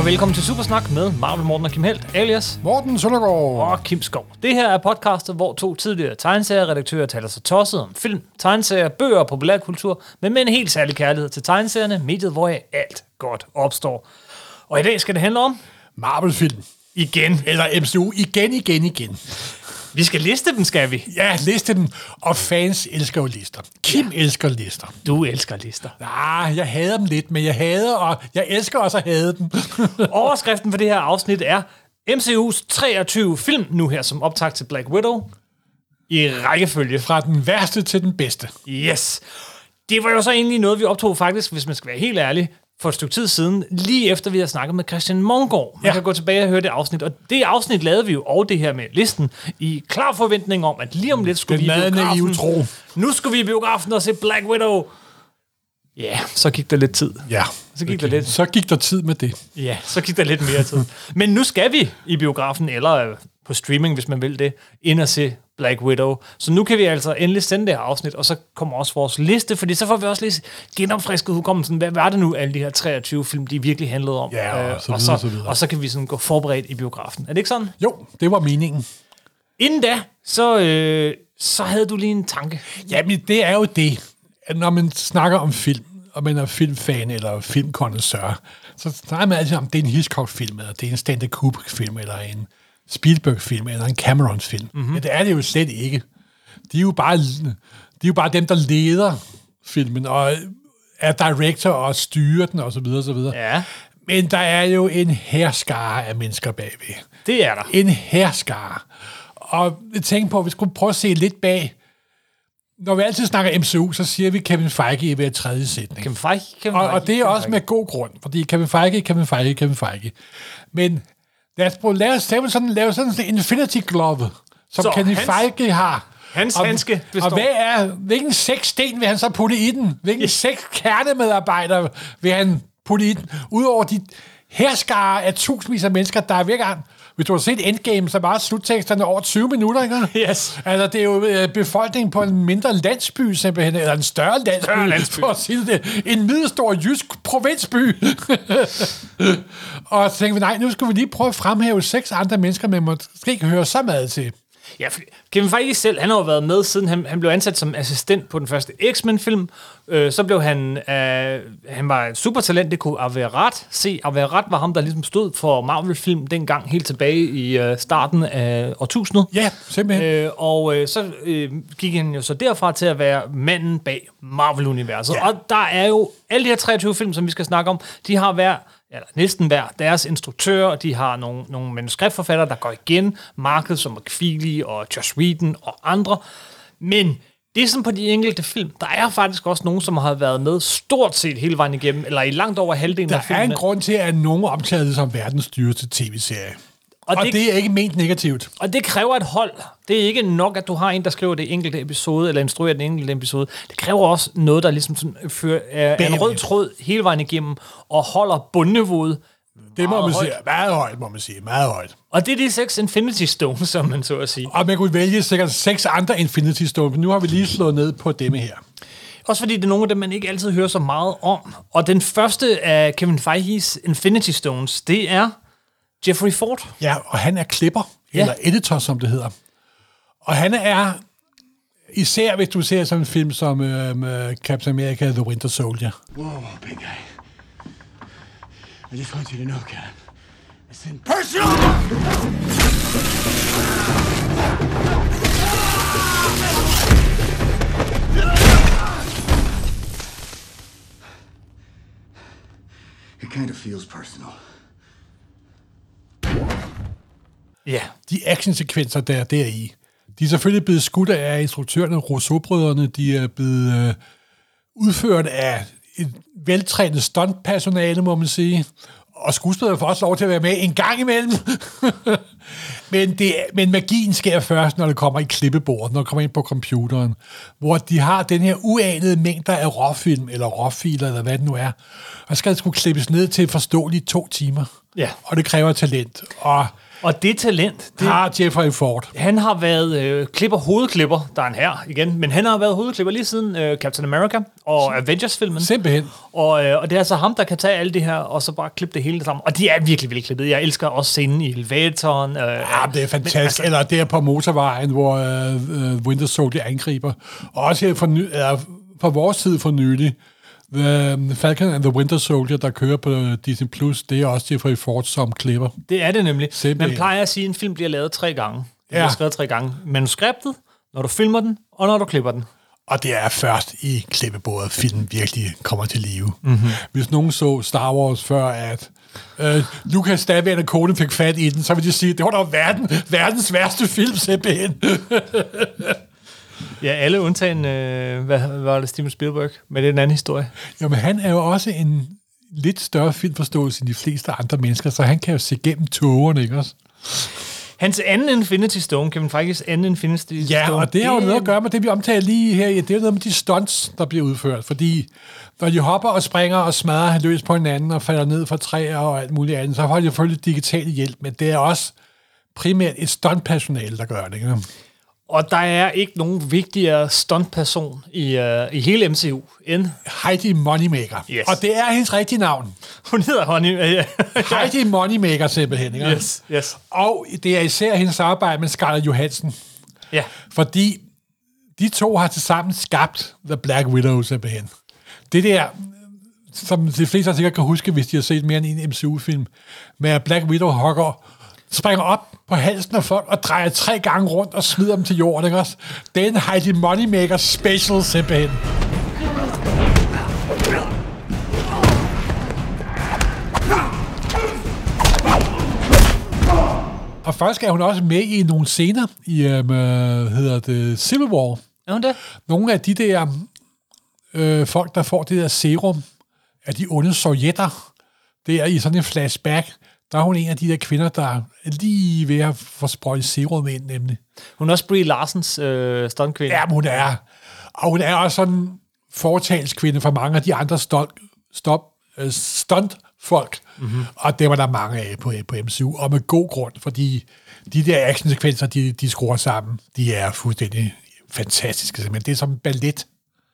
Og velkommen til Supersnak med Marvel Morten og Kim Helt, alias Morten Søndergaard og Kim Skov. Det her er podcastet, hvor to tidligere tegneserieredaktører taler sig tosset om film, tegneserier, bøger og populærkultur, men med en helt særlig kærlighed til tegneserierne, mediet, hvor alt godt opstår. Og i dag skal det handle om Marvel-film. Igen. Eller MCU. Igen. Vi skal liste dem, skal vi? Ja, liste dem. Og fans elsker jo lister. Kim elsker lister. Du elsker lister. Jeg hader dem lidt, men jeg elsker også at hade dem. Overskriften for det her afsnit er MCU's 23 film, nu her som optakt til Black Widow, i rækkefølge. Fra den værste til den bedste. Yes. Det var jo så egentlig noget, vi optog faktisk, hvis man skal være helt ærlig, for et stykke tid siden, lige efter vi har snakket med Christian Mongård. Man kan gå tilbage og høre det afsnit. Og det afsnit lavede vi jo, og det her med listen, i klar forventning om, at lige om lidt skulle vi i biografen. Nu skulle vi i biografen og se Black Widow. Ja, så gik der lidt tid. Ja, så gik der tid med det. Ja, så gik der lidt mere tid. Men nu skal vi i biografen, eller på streaming, hvis man vil det, ind og se Black Widow. Så nu kan vi altså endelig sende det her afsnit, og så kommer også vores liste, fordi så får vi også lige genopfrisket hukommelsen. Hvad var det nu, alle de her 23 film, de virkelig handlede om? Ja, og så kan vi sådan gå forberedt i biografen. Er det ikke sådan? Jo, det var meningen. Inden da, så havde du lige en tanke. Jamen, det er jo det, at når man snakker om film, og man er filmfan eller filmkondensør, så snakker man altid om, det er en Hitchcock-film, eller det er en Stanley Kubrick-film, eller en Spielberg-film, eller en Cameron-film. Mm-hmm. Men det er det jo slet ikke. De er jo bare dem, der leder filmen, og er director og styrer den, og så videre, så videre. Ja. Men der er jo en hærskare af mennesker bagved. Det er der. En hærskare. Og jeg tænker på, at vi skulle prøve at se lidt bag. Når vi altid snakker MCU, så siger vi Kevin Feige i hver tredje sætning. Kevin Feige. Og det er også med god grund, fordi Kevin Feige. Men lad os lave sådan en Infinity Glove, som så Kevin Feige har. Hans handske består. Og hvilken 6 sten vil han så putte i den? Hvilken 6 kernemedarbejdere vil han putte i den? Udover de herskare af tusindvis af mennesker, der er virkelig. Hvis du har set Endgame, så var slutteksterne over 20 minutter, ikke? Yes. Altså, det er jo befolkningen på en mindre landsby, simpelthen, eller en større landsby. For at sige det. En middelstor jysk provinsby. Og så tænkte vi, nej, nu skal vi lige prøve at fremhæve 6 andre mennesker, men måske ikke høre så meget til. Ja, Kevin Feige selv, han har jo været med, siden han blev ansat som assistent på den første X-Men-film. Så blev han var et supertalent, det kunne Avi Arad se. Avi Arad var ham, der ligesom stod for Marvel-film dengang, helt tilbage i starten af årtusindet. Ja, simpelthen. Så gik han jo så derfra til at være manden bag Marvel-universet. Ja. Og der er jo alle de her 23 film, som vi skal snakke om, de har næsten hver deres instruktører, og de har nogle manuskriptforfattere, der går igen, Marcus som McFeely og Joss Whedon og andre. Men det er sådan på de enkelte film, der er faktisk også nogen, som har været med stort set hele vejen igennem, eller i langt over halvdelen af filmene. Der er en grund til, at nogen omtaler det som verdens dyreste tv-serie. Og det er ikke ment negativt. Og det kræver et hold. Det er ikke nok, at du har en, der skriver det enkelte episode, eller instruerer den enkelte episode. Det kræver også noget, der ligesom sådan er en rød tråd hele vejen igennem, og holder bundniveauet. Det må man sige. Meget højt, må man sige. Meget højt. Og det er de 6 Infinity Stones, som man så at sige. Og man kunne vælge sikkert 6 andre Infinity Stones, men nu har vi lige slået ned på demme her. Også fordi det er nogle af dem, man ikke altid hører så meget om. Og den første af Kevin Feiges Infinity Stones, det er Jeffrey Ford. Ja, og han er klipper, eller editor, som det hedder. Og han er, især hvis du ser sådan en film som Captain America The Winter Soldier. Whoa, big guy. I just want you to know, Cap. It's impersonal! It kind of feels personal. Ja. De actionsekvenser, der er deri, de er selvfølgelig blevet skudt af instruktørerne, Rousseau-brødrene. De er blevet udført af et veltrænet stuntpersonale, må man sige. Og skuespillere får også lov til at være med en gang imellem. men magien sker først, når det kommer i klippebordet, når det kommer ind på computeren, hvor de har den her uanede mængder af råfilm, eller råfiler, eller hvad det nu er. Og så skal det skulle klippes ned til forståeligt 2 timer. Ja. Og det kræver talent. Og Og det talent... har Jeffrey Ford. Han har været hovedklipper, der er en her igen, men han har været hovedklipper lige siden Captain America og Avengers-filmen. Simpelthen. Og det er altså ham, der kan tage alt det her, og så bare klippe det hele sammen. Og de er virkelig velklippet. Jeg elsker også scenen i elevatoren. Ja, det er fantastisk. Altså, eller der på motorvejen, hvor Winter Soldier angriber. Og også her fra vores side for nylig, Falcon and the Winter Soldier, der kører på Disney+, det er også Jeffrey Ford som klipper. Det er det nemlig. Simpelthen. Man plejer at sige, at en film bliver lavet 3 gange. Den bliver skrevet 3 gange. Manuskriptet, når du filmer den, og når du klipper den. Og det er først i klippebordet, filmen virkelig kommer til live. Mm-hmm. Hvis nogen så Star Wars før, at Lucas stadigvæk og konen fik fat i den, så vil de sige, det var da verdens værste film, simpelthen. Ja, alle undtagen, hvad var det, Steven Spielberg, men det er en anden historie. Jamen, han er jo også en lidt større filmforståelse end de fleste andre mennesker, så han kan jo se gennem tågerne, ikke også? Hans anden Infinity Stone, Kevin Feige's anden Infinity Stone. Ja, og det har jo noget at gøre med det, vi omtaler lige her. Det er noget med de stunts, der bliver udført, fordi når de hopper og springer og smadrer løs på hinanden og falder ned fra træer og alt muligt andet, så får de selvfølgelig digital hjælp, men det er også primært et stuntpersonale, der gør det, ikke? Og der er ikke nogen vigtigere stuntperson i hele MCU end... Heidi Moneymaker. Yes. Og det er hendes rigtige navn. Hun hedder Honey. Heidi Moneymaker simpelthen. Ikke? Yes. Og det er især hendes arbejde med Scarlett Johansson. Ja. Fordi de to har tilsammen skabt The Black Widow simpelthen. Det der, som de fleste sikkert kan huske, hvis de har set mere end en MCU-film, med Black Widow springer op på halsen af folk og drejer 3 gange rundt og smider dem til jorden, ikke også? Det er en Heidi Moneymaker special, simpelthen. Og først er hun også med i nogle scener i, hedder det, Civil War. Er hun det? Nogle af de der folk, der får det der serum af de onde sovjetter, det er i sådan en flashback. Der er hun en af de der kvinder, der er lige ved at få sprøjtet serum ind, nemlig. Hun er også Brie Larsens stuntkvinde. Ja, hun er. Og hun er også sådan fortalskvinde for mange af de andre stuntfolk. Mm-hmm. Og det var der mange af på MCU, og med god grund, fordi de der actionsekvenser, de skruer sammen, de er fuldstændig fantastiske. Men det er som ballet.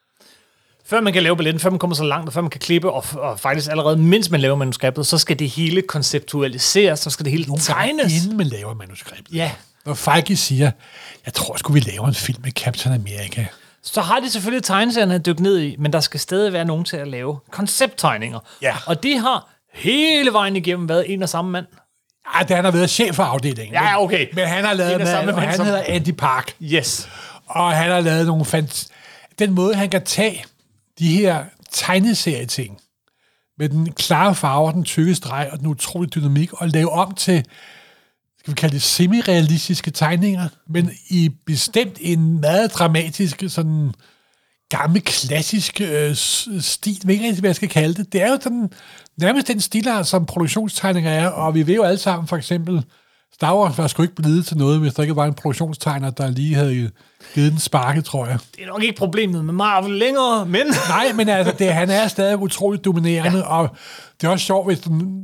Før man kan lave balletten, før man kommer så langt, og før man kan klippe, og faktisk allerede, mens man laver manuskriptet, så skal det hele konceptualiseres, så skal det hele tegnes. Inden man laver manuskriptet. Ja. Når Feige siger, jeg tror sgu, vi laver en film med Captain America. Så har de selvfølgelig tegneserierne at dykke ned i, men der skal stadig være nogen til at lave koncepttegninger. Ja. Og det har hele vejen igennem været en og samme mand. Ja, han har været chef for afdelingen. Ja, okay. Men han har lavet han hedder Andy Park. Yes. Og han har lavet nogle den måde, han kan tage de her tegneserieting med den klare farve, den tykke streg og den utrolige dynamik, og lave om til, skal vi kalde det, semi-realistiske tegninger, men i bestemt en meget dramatisk, sådan gammel, klassisk stil. Jeg ved ikke rigtig, hvad jeg skal kalde det. Det er jo sådan, nærmest den stil, som produktionstegninger er, og vi ved jo alle sammen, for eksempel, Star Wars var sgu ikke blevet til noget, hvis der ikke var en produktionstegner, der lige havde givet den sparke, tror jeg. Det er nok ikke problemet med Marvel længere, men... Nej, men altså, han er stadig utroligt dominerende, og det er også sjovt, hvis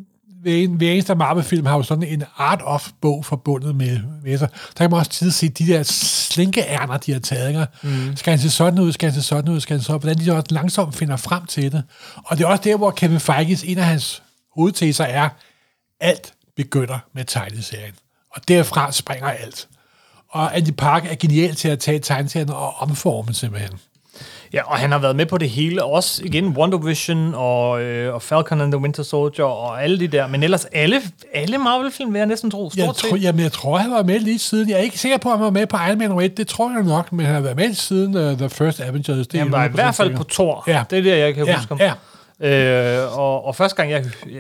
hver eneste Marvel-film har jo sådan en art-of-bog forbundet med sig. Der kan man også tid se de der slinkeærner, de har taget. Ikke? Skal han se sådan ud, skal han se sådan ud, skal han så... Hvordan de også langsomt finder frem til det. Og det er også der, hvor Kevin Feige, en af hans hovedteser er, alt begynder med tegneserien. Og derfra springer alt. Og Andy Park er genial til at tage tegneserien og omforme simpelthen. Ja, og han har været med på det hele. Også igen Wonder Vision og Falcon and the Winter Soldier og alle de der. Men ellers alle Marvel-film vil jeg næsten tro. Jeg tror, han var med lige siden. Jeg er ikke sikker på, at han var med på Iron Man 1. Det tror jeg nok, men han har været med siden The First Avengers. Han var i hvert fald på Thor. Ja. Det er det, jeg kan huske om. Ja. Og første gang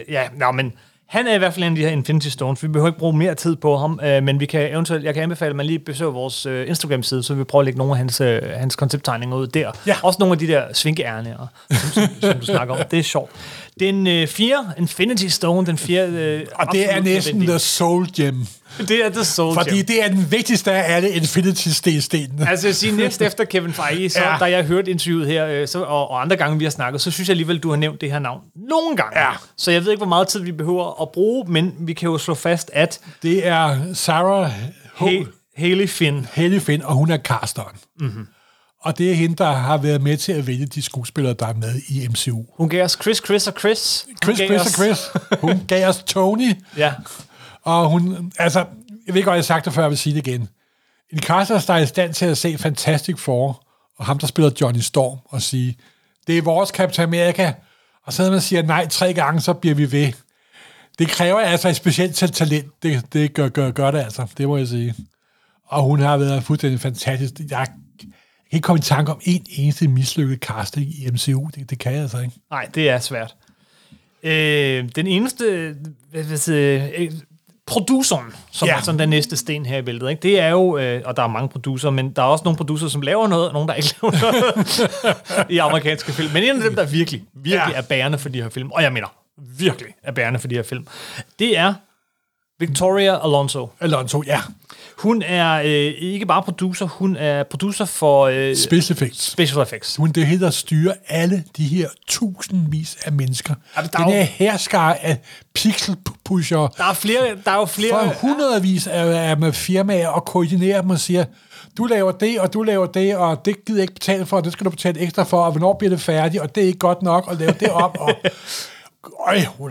men han er i hvert fald en af de her Infinity Stones. Vi behøver ikke bruge mere tid på ham, men vi kan eventuelt, jeg kan anbefale, at man lige besøger vores Instagram-side, så vi prøver at lægge nogle af hans koncepttegninger ud der. Ja. Også nogle af de der svinkeærner, som du snakker om. Det er sjovt. Den 4. Infinity Stone, den 4. og det er næsten the soul gem. Det er The Soul Gem. Fordi det er den vigtigste af alle Infinity-stenene. Altså jeg siger næst efter Kevin Feige, så, da jeg hørte interviewet her, og andre gange vi har snakket, så synes jeg alligevel, du har nævnt det her navn nogle gange. Ja. Så jeg ved ikke, hvor meget tid vi behøver at bruge, men vi kan jo slå fast, at Det er Sarah Hailey Finn, og hun er casteren. Mm-hmm. Og det er hende, der har været med til at vælge de skuespillere, der er med i MCU. Hun gav os Chris og Chris. Hun gav os Tony. Ja. Og hun, altså, jeg ved ikke, hvad jeg har sagt det før, jeg vil sige det igen. En caster, der er i stand til at se Fantastic Four, og ham, der spiller Johnny Storm, og sige, det er vores Captain America, og så når man siger nej 3 gange, så bliver vi ved. Det kræver altså et specielt talent. Det gør det altså, det må jeg sige. Og hun har været fuldstændig fantastisk. Jeg kan ikke komme i tanke om en eneste mislykket casting i MCU. Det kan jeg altså ikke. Nej, det er svært. Den eneste produceren, som er sådan den næste sten her i billedet, ikke? Det er jo, og der er mange producer, men der er også nogle producer, som laver noget, og nogle, der ikke laver noget i amerikanske film. Men en af dem, der virkelig er bærende for de her film, og jeg mener virkelig er bærende for de her film, det er Victoria Alonso. Ja. Hun er ikke bare producer, hun er producer for Special Effects. Hun det hedder styrer alle de her tusindvis af mennesker. Den her herskare af pixelpusher. Der er jo flere. For hundredvis af firmaer og koordinerer dem og siger, du laver det, og du laver det, og det gider jeg ikke betale for, og det skal du betale ekstra for, og hvornår bliver det færdigt, og det er ikke godt nok, og lave det op, og hun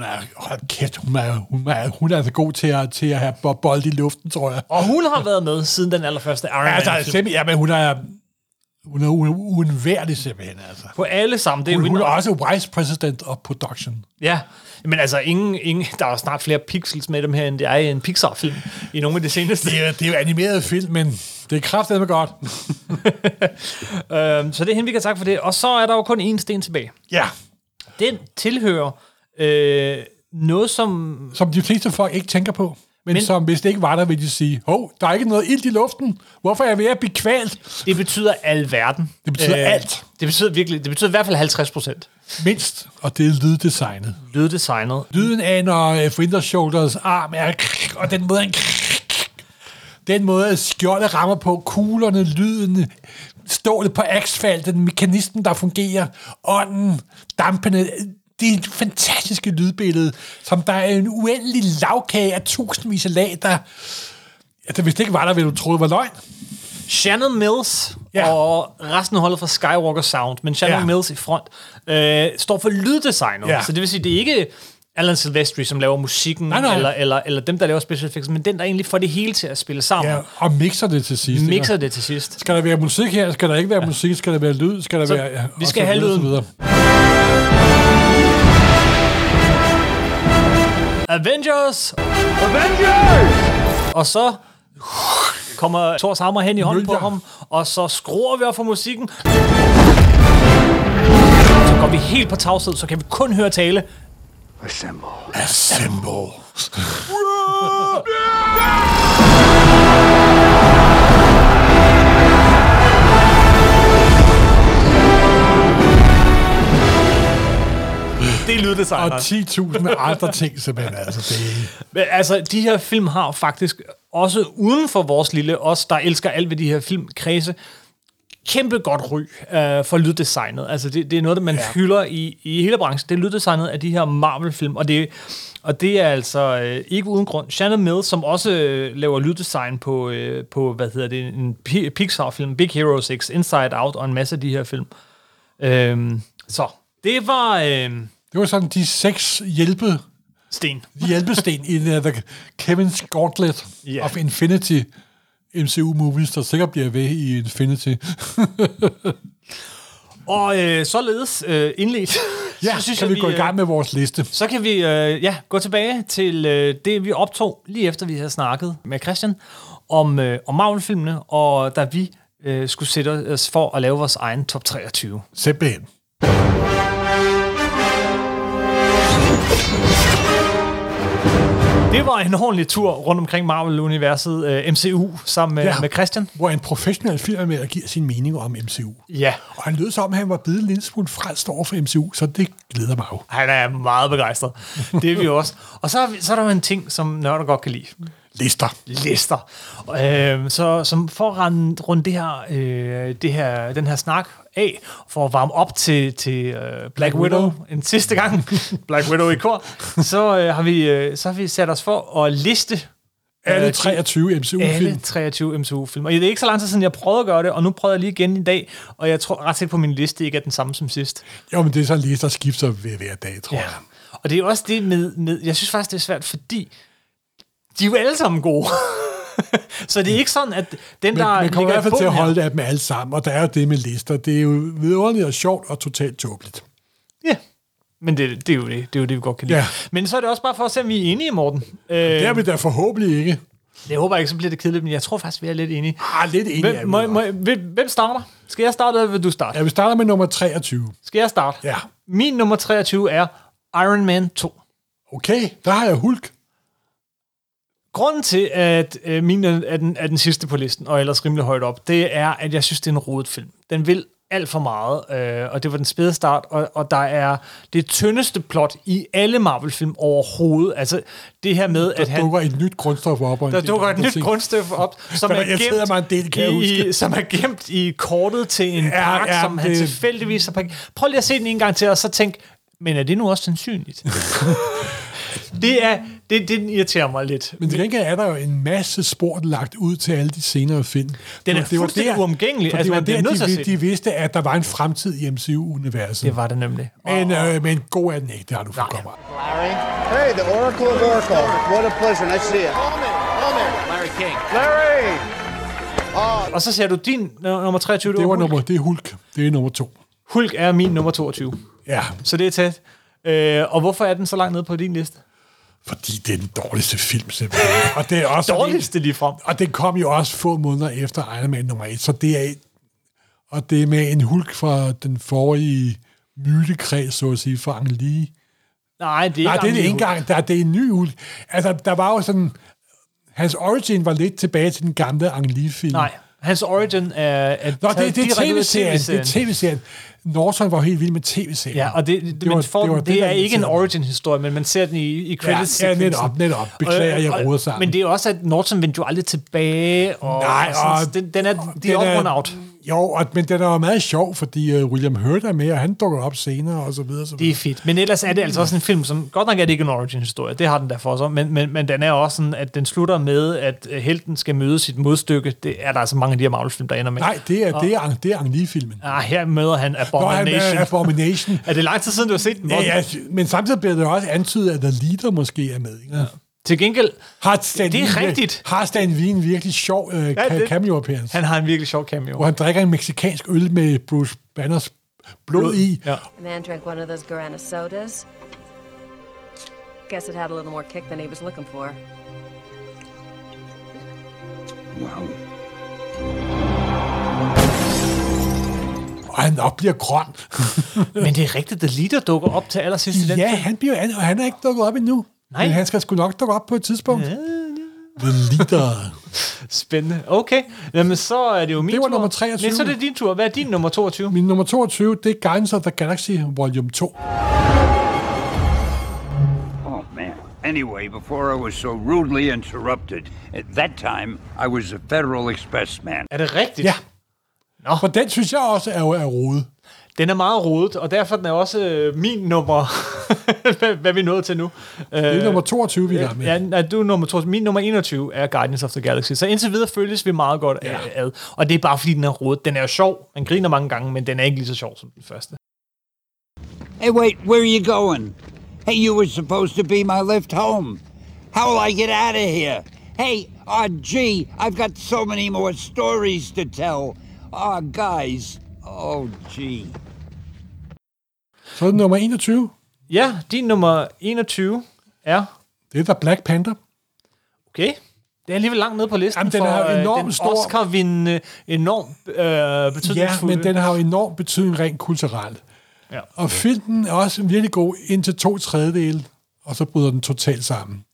er altså god til at have bold i luften, tror jeg. Og hun har været med siden den allerførste Iron Man. Men hun er uundværlig simpelthen, altså. På alle sammen. Hun er også Vice President of Production. Ja, men altså ingen der er jo snart flere pixels med dem her, end det er i en Pixar-film i nogle af de seneste. Det er jo animeret film, men det er kraftedeme godt. Så det er hende, vi kan takke for det. Og så er der jo kun én sten tilbage. Ja. Den tilhører noget, som de fleste folk ikke tænker på. Men som hvis det ikke var der, vil de sige, der er ikke noget ilt i luften. Hvorfor er jeg ved at blive kvalt? Det betyder alverden. Det betyder alt. Det betyder i hvert fald 50%. Mindst, og det er lyddesignet. Lyden af, når Winter Shoulders arm er, og den måde skjoldet rammer på, kuglerne, lyden, stålet på asfalten, mekanismen, der fungerer, ånden, dampene. Det er et fantastiske lydbillede, som der er en uendelig lavkage af tusindvis af lag, der... Altså, hvis det ikke var der, ville du tro, det var løgn. Shannon Mills og resten af holdet fra Skywalker Sound, men Shannon Mills i front, står for lyddesignet. Så det vil sige, det er ikke Alan Silvestri, som laver musikken, eller dem, der laver special effects, men den, der egentlig får det hele til at spille sammen. Ja, og mixer det til sidst. Skal der være musik her? Skal der ikke være musik? Skal der være lyd? Skal der være... Ja, vi skal have lyden. Avengers! Og så kommer Thors hammer hen i hånden på ham, og så skruer vi op for musikken. Så går vi helt på tavshed, så kan vi kun høre tale. Assemble. Det er lyddesigner. Og 10.000 andre ting, simpelthen. Altså, Men altså, de her film har faktisk også uden for vores lille, os der elsker alt ved de her filmkredse, kæmpe godt ry for lyddesignet. Altså, det er noget, man hylder i hele branchen. Det er lyddesignet af de her Marvel-film, og det er altså ikke uden grund. Shannon Mills, som også laver lyddesign på en Pixar-film, Big Hero 6, Inside Out og en masse af de her film. Så det var... Det var sådan de 6 hjælpesten i the Kevin's Gauntlet of Infinity MCU movies, der sikkert bliver ved i Infinity. Og således indledt. Ja, så synes kan vi gå i gang med vores liste. Så kan vi gå tilbage til det, vi optog lige efter, vi havde snakket med Christian om Marvel-filmene, og da vi skulle sætte os for at lave vores egen top 23. Simpelthen. Det var en ordentlig tur rundt omkring Marvel-universet, MCU, sammen med Christian. Hvor en professionel film med at give sin mening om MCU. Ja. Og han lød som om, han var blevet en lille smule frelst over for MCU, så det glæder mig jo. Han er meget begejstret. Det er vi også. Og så er der jo en ting, som nørder godt kan lide. lister. Så som for at runde den her snak af, for at varme op til Black Widow en sidste gang, Black Widow i kor, så har vi sat os for at liste alle 23 MCU-film. Alle 23 MCU-film. Og det er ikke så lang tid siden, jeg prøvede at gøre det, og nu prøvede jeg lige igen i dag, og jeg tror ret set på min liste ikke er den samme som sidst. Jo, men det er sådan en liste, der skifter hver dag, tror jeg. Og det er også det med... Jeg synes faktisk, det er svært, fordi de er jo alle sammen gode. Så det er ikke sådan, at den, der man kommer i hvert fald til at holde det af dem alle sammen, og der er jo det med lister. Det er jo vidunderligt og sjovt og totalt tåbeligt. Ja, men det er jo det. Det er jo det, vi godt kan lide. Ja. Men så er det også bare for at se, om vi er enige, Morten. Det er vi da forhåbentlig ikke. Jeg håber ikke, så bliver det kedeligt, men jeg tror faktisk, vi er lidt enige. Lidt enige. Hvem starter? Skal jeg starte, eller vil du starte? Ja, vi starter med nummer 23. Skal jeg starte? Ja. Min nummer 23 er Iron Man 2. Okay, der har jeg Hulk. Grunden til, at min er den sidste på listen, og ellers rimelig højt op, det er, at jeg synes, det er en rodet film. Den vil alt for meget, og det var den spæde start, og der er det tyndeste plot i alle Marvel-film overhovedet. Altså det her med, at der dukker et nyt grundstof op. Der dukker et nyt grundstof op, som er gemt i kortet til en park, som han tilfældigvis har pakket. Prøv lige at se den en gang til, og så tænk, men er det nu også sandsynligt? Det irriterer mig lidt. Men til gengæld er der jo en masse spor lagt ud til alle de senere film. Den er fuldstændig uomgængelig. For altså, det var der, de vidste, at der var en fremtid i MCU-universet. Det var det nemlig. Men god er den ikke, det har du forkommet. Larry? Hey, the Oracle of Oracle. What a pleasure. Nice to see you. Larry King. Larry! Og så ser du din nummer 23. Det er Hulk. Det er nummer 2. Hulk er min nummer 22. Ja. Så det er tæt. Og hvorfor er den så langt nede på din liste? Fordi det er den dårligste film, simpelthen. Og det er også dårligste lige frem. Og det kom jo også få måneder efter Iron Man nummer 1, så det er med en Hulk fra den forrige mytekreds, så at sige, fra Ang Lee. Nej, det er ikke engang. Det er en ny Hulk. Altså, der var jo sådan... Hans origin var lidt tilbage til den gamle Ang Lee-film. Nej, hans origin er det er tv-serien. Det er tv-serien. Norton var helt vild med tv-serien. Ja, og det er ikke en origin-historie, men man ser den i credits-sekvensen. Ja, netop. Beklager, jeg roder sammen. Men det er også, at Norton vendte jo aldrig tilbage. Den er op out. Jo, men den er jo meget sjov, fordi William Hurt er med, og han dukker op senere, og så videre. Det er fedt. Men ellers er det altså også en film, som... Godt nok er det ikke en origin-historie, det har den der for sig, men den er også sådan, at den slutter med, at helten skal møde sit modstykke. Det er der altså mange af de her Marvel-film, der ender med. Nej, det er Ang Lee-filmen. Her møder han Abomination. Abomination. Er det lang tid siden, du har set den? Ja, men samtidig bliver det også antydet, at The Leader måske er med. Ikke? Ja. Til gengæld, det er rigtigt. Har Stan Lee en virkelig sjov cameo-appearance? Han har en virkelig sjov cameo. Hvor han drikker en mexikansk øl med Bruce Banners blod i. Ja. A man drank one of those Guarana sodas. Guess it had a little more kick than he was looking for. Wow. Og han bliver grøn. Men det er rigtigt, at The Leader dukker op til allersidst i den film. Ja, han er ikke dukket op endnu. Nej. Men han skal sgu nok dukke op på et tidspunkt. Ja. The Leader. Spændende. Okay. Jamen, så er det jo min tur. Det var nummer 23. Men så er det din tur. Hvad er din nummer 22? Min nummer 22, det er Guardians of the Galaxy Volume 2. Anyway, before I was so rudely interrupted, at that time, I was a Federal Express man. Er det rigtigt? Ja. Nå. For den synes jeg også er rodet. Den er meget rodet, og derfor den er også min nummer, hvad vi er nået til nu. Det er nummer 22, vi er med. Ja, du er nummer 22. Min nummer 21 er Guardians of the Galaxy. Så indtil videre følges vi meget godt ad. Og det er bare fordi, den er rodet. Den er jo sjov. Man griner mange gange, men den er ikke lige så sjov som den første. Hey, wait, where are you going? Hey, you were supposed to be my lift home. How will I get out of here? Hey, gee, I've got so many more stories to tell. Guys. Gee. Så er det nummer 21. Ja, din nummer 21 er... Det er der Black Panther. Okay. Det er alligevel langt nede på listen. Jamen, den er enormt stor. Oscar-vindende, enormt betydningsfuld. Ja, men den har jo enormt betydning rent kulturelt. Ja. Og filmen er også virkelig god indtil 2/3, og så bryder den totalt sammen.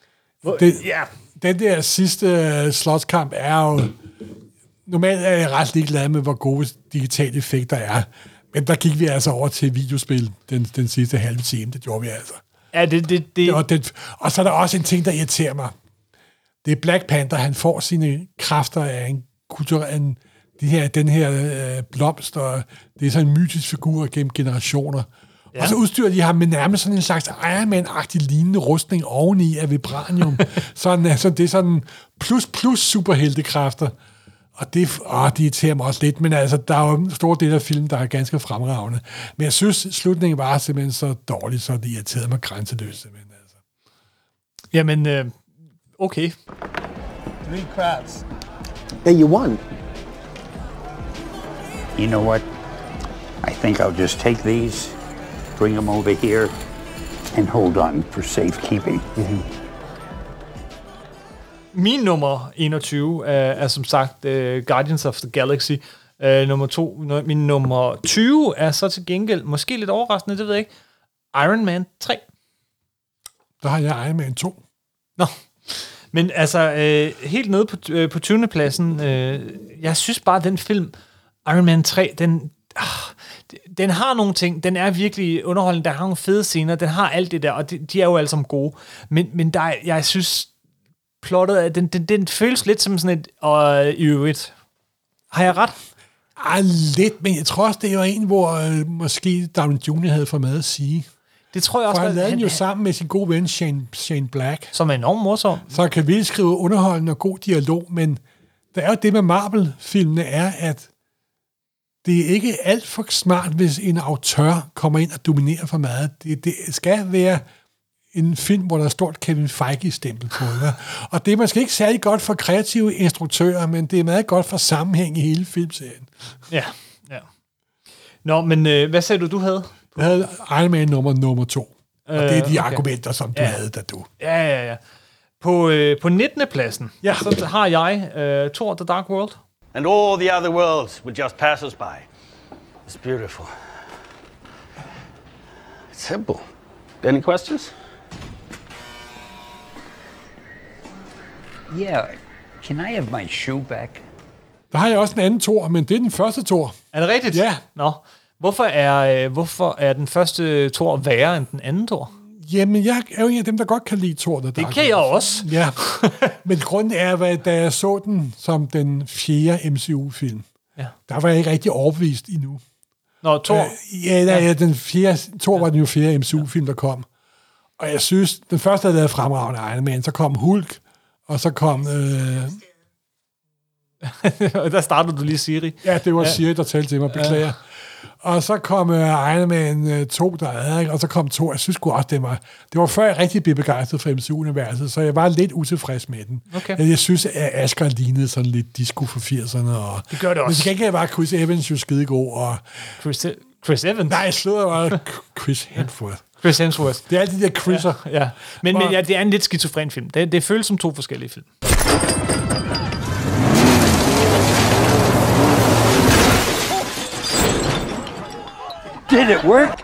Den der sidste slåskamp er jo... Normalt er jeg ret ligeglad med, hvor gode digitale effekter er. Men der gik vi altså over til videospil den sidste halve time. Det gjorde vi altså. Ja, Og så er der også en ting, der irriterer mig. det er Black Panther, han får sine kræfter af den her blomst, og det er sådan en mytisk figur gennem generationer. Ja. Og så udstyrer de ham med nærmest sådan en slags Iron Man-agtig lignende rustning oveni af vibranium. Sådan, altså, det er sådan plus superheltekræfter. Og det irriterer mig også lidt, men altså, der er jo en stor del af filmen, der er ganske fremragende. Men jeg synes, slutningen var simpelthen så dårlig, så det irriterede mig grænseløst. Simpelthen, altså. Jamen, okay. 3 crabs. Hey, you won. You know what? I think I'll just take these, bring them over here, and hold on for safekeeping. Mm-hmm. Min nummer 21 er som sagt Guardians of the Galaxy. Nummer 2. Min nummer 20 er så til gengæld, måske lidt overraskende, det ved jeg ikke, Iron Man 3. Der har jeg Iron Man 2. Nå, men altså, helt nede på 20. pladsen, jeg synes bare, den film, Iron Man 3, den har nogle ting, den er virkelig underholdende, der har nogle fede scener, den har alt det der, og de er jo alle sammen gode, men der, jeg synes, plottet, den føles lidt som sådan et i øvrigt. Har jeg ret? Lidt, men jeg tror også, det er jo en, hvor måske Downey Jr. havde for meget at sige. Det tror jeg også. For han lavede den jo sammen med sin gode ven Shane Black. Som er enormt morsom. Så han kan virkelig skrive underholdende og god dialog, men der er jo det med Marvel-filmene er, at det er ikke alt for smart, hvis en autør kommer ind og dominerer for meget. Det skal være en film, hvor der er stort Kevin Feige-stempel på. Ja. Og det er måske ikke særlig godt for kreative instruktører, men det er meget godt for sammenhæng i hele filmserien. Ja. Nå, men hvad sagde du havde? Jeg havde Iron Man nummer 2. Og det er de argumenter, som du havde, da du... Ja. På 19. pladsen, så har jeg Thor The Dark World. And all the other worlds will just pass us by. It's beautiful. It's simple. Any questions? Yeah, can I have my shoe back? Der har jeg også en anden Thor, men det er den første Thor. Er det rigtigt? Ja. Nå. Hvorfor er den første Thor værre end den anden Thor? Jamen, jeg er jo en af dem, der godt kan lide Thor. Det kan jeg også. Ja, men grunden er, at da jeg så den som den 4. MCU-film, der var jeg ikke rigtig overbevist endnu. Nå, Thor? Den 4. Thor var den jo 4. MCU-film, der kom. Og jeg synes, den første, der lavede fremragende Iron Man, så kom Hulk, og så kom... Der startede du lige Siri. Ja, det var Siri, der talte til mig. Beklager. Ja. Og så kom Iron Man 2, der er, og så kom 2. Jeg synes også, det var før jeg rigtig blev begejstret for MCU-universet, så jeg var lidt utilfres med den. Okay. Jeg synes, at Asgard lignede sådan lidt disco for 80'erne. Og, det gør det også. Men det kan ikke være Chris Evans jo skidegod. Og, Chris Evans? Nej, jeg slår bare Chris Hemsworth. Chris Hemsworth. Det er alle de der Chris'er. Ja. Men det er en lidt skizofren film. Det føles som 2 forskellige film. Did it work?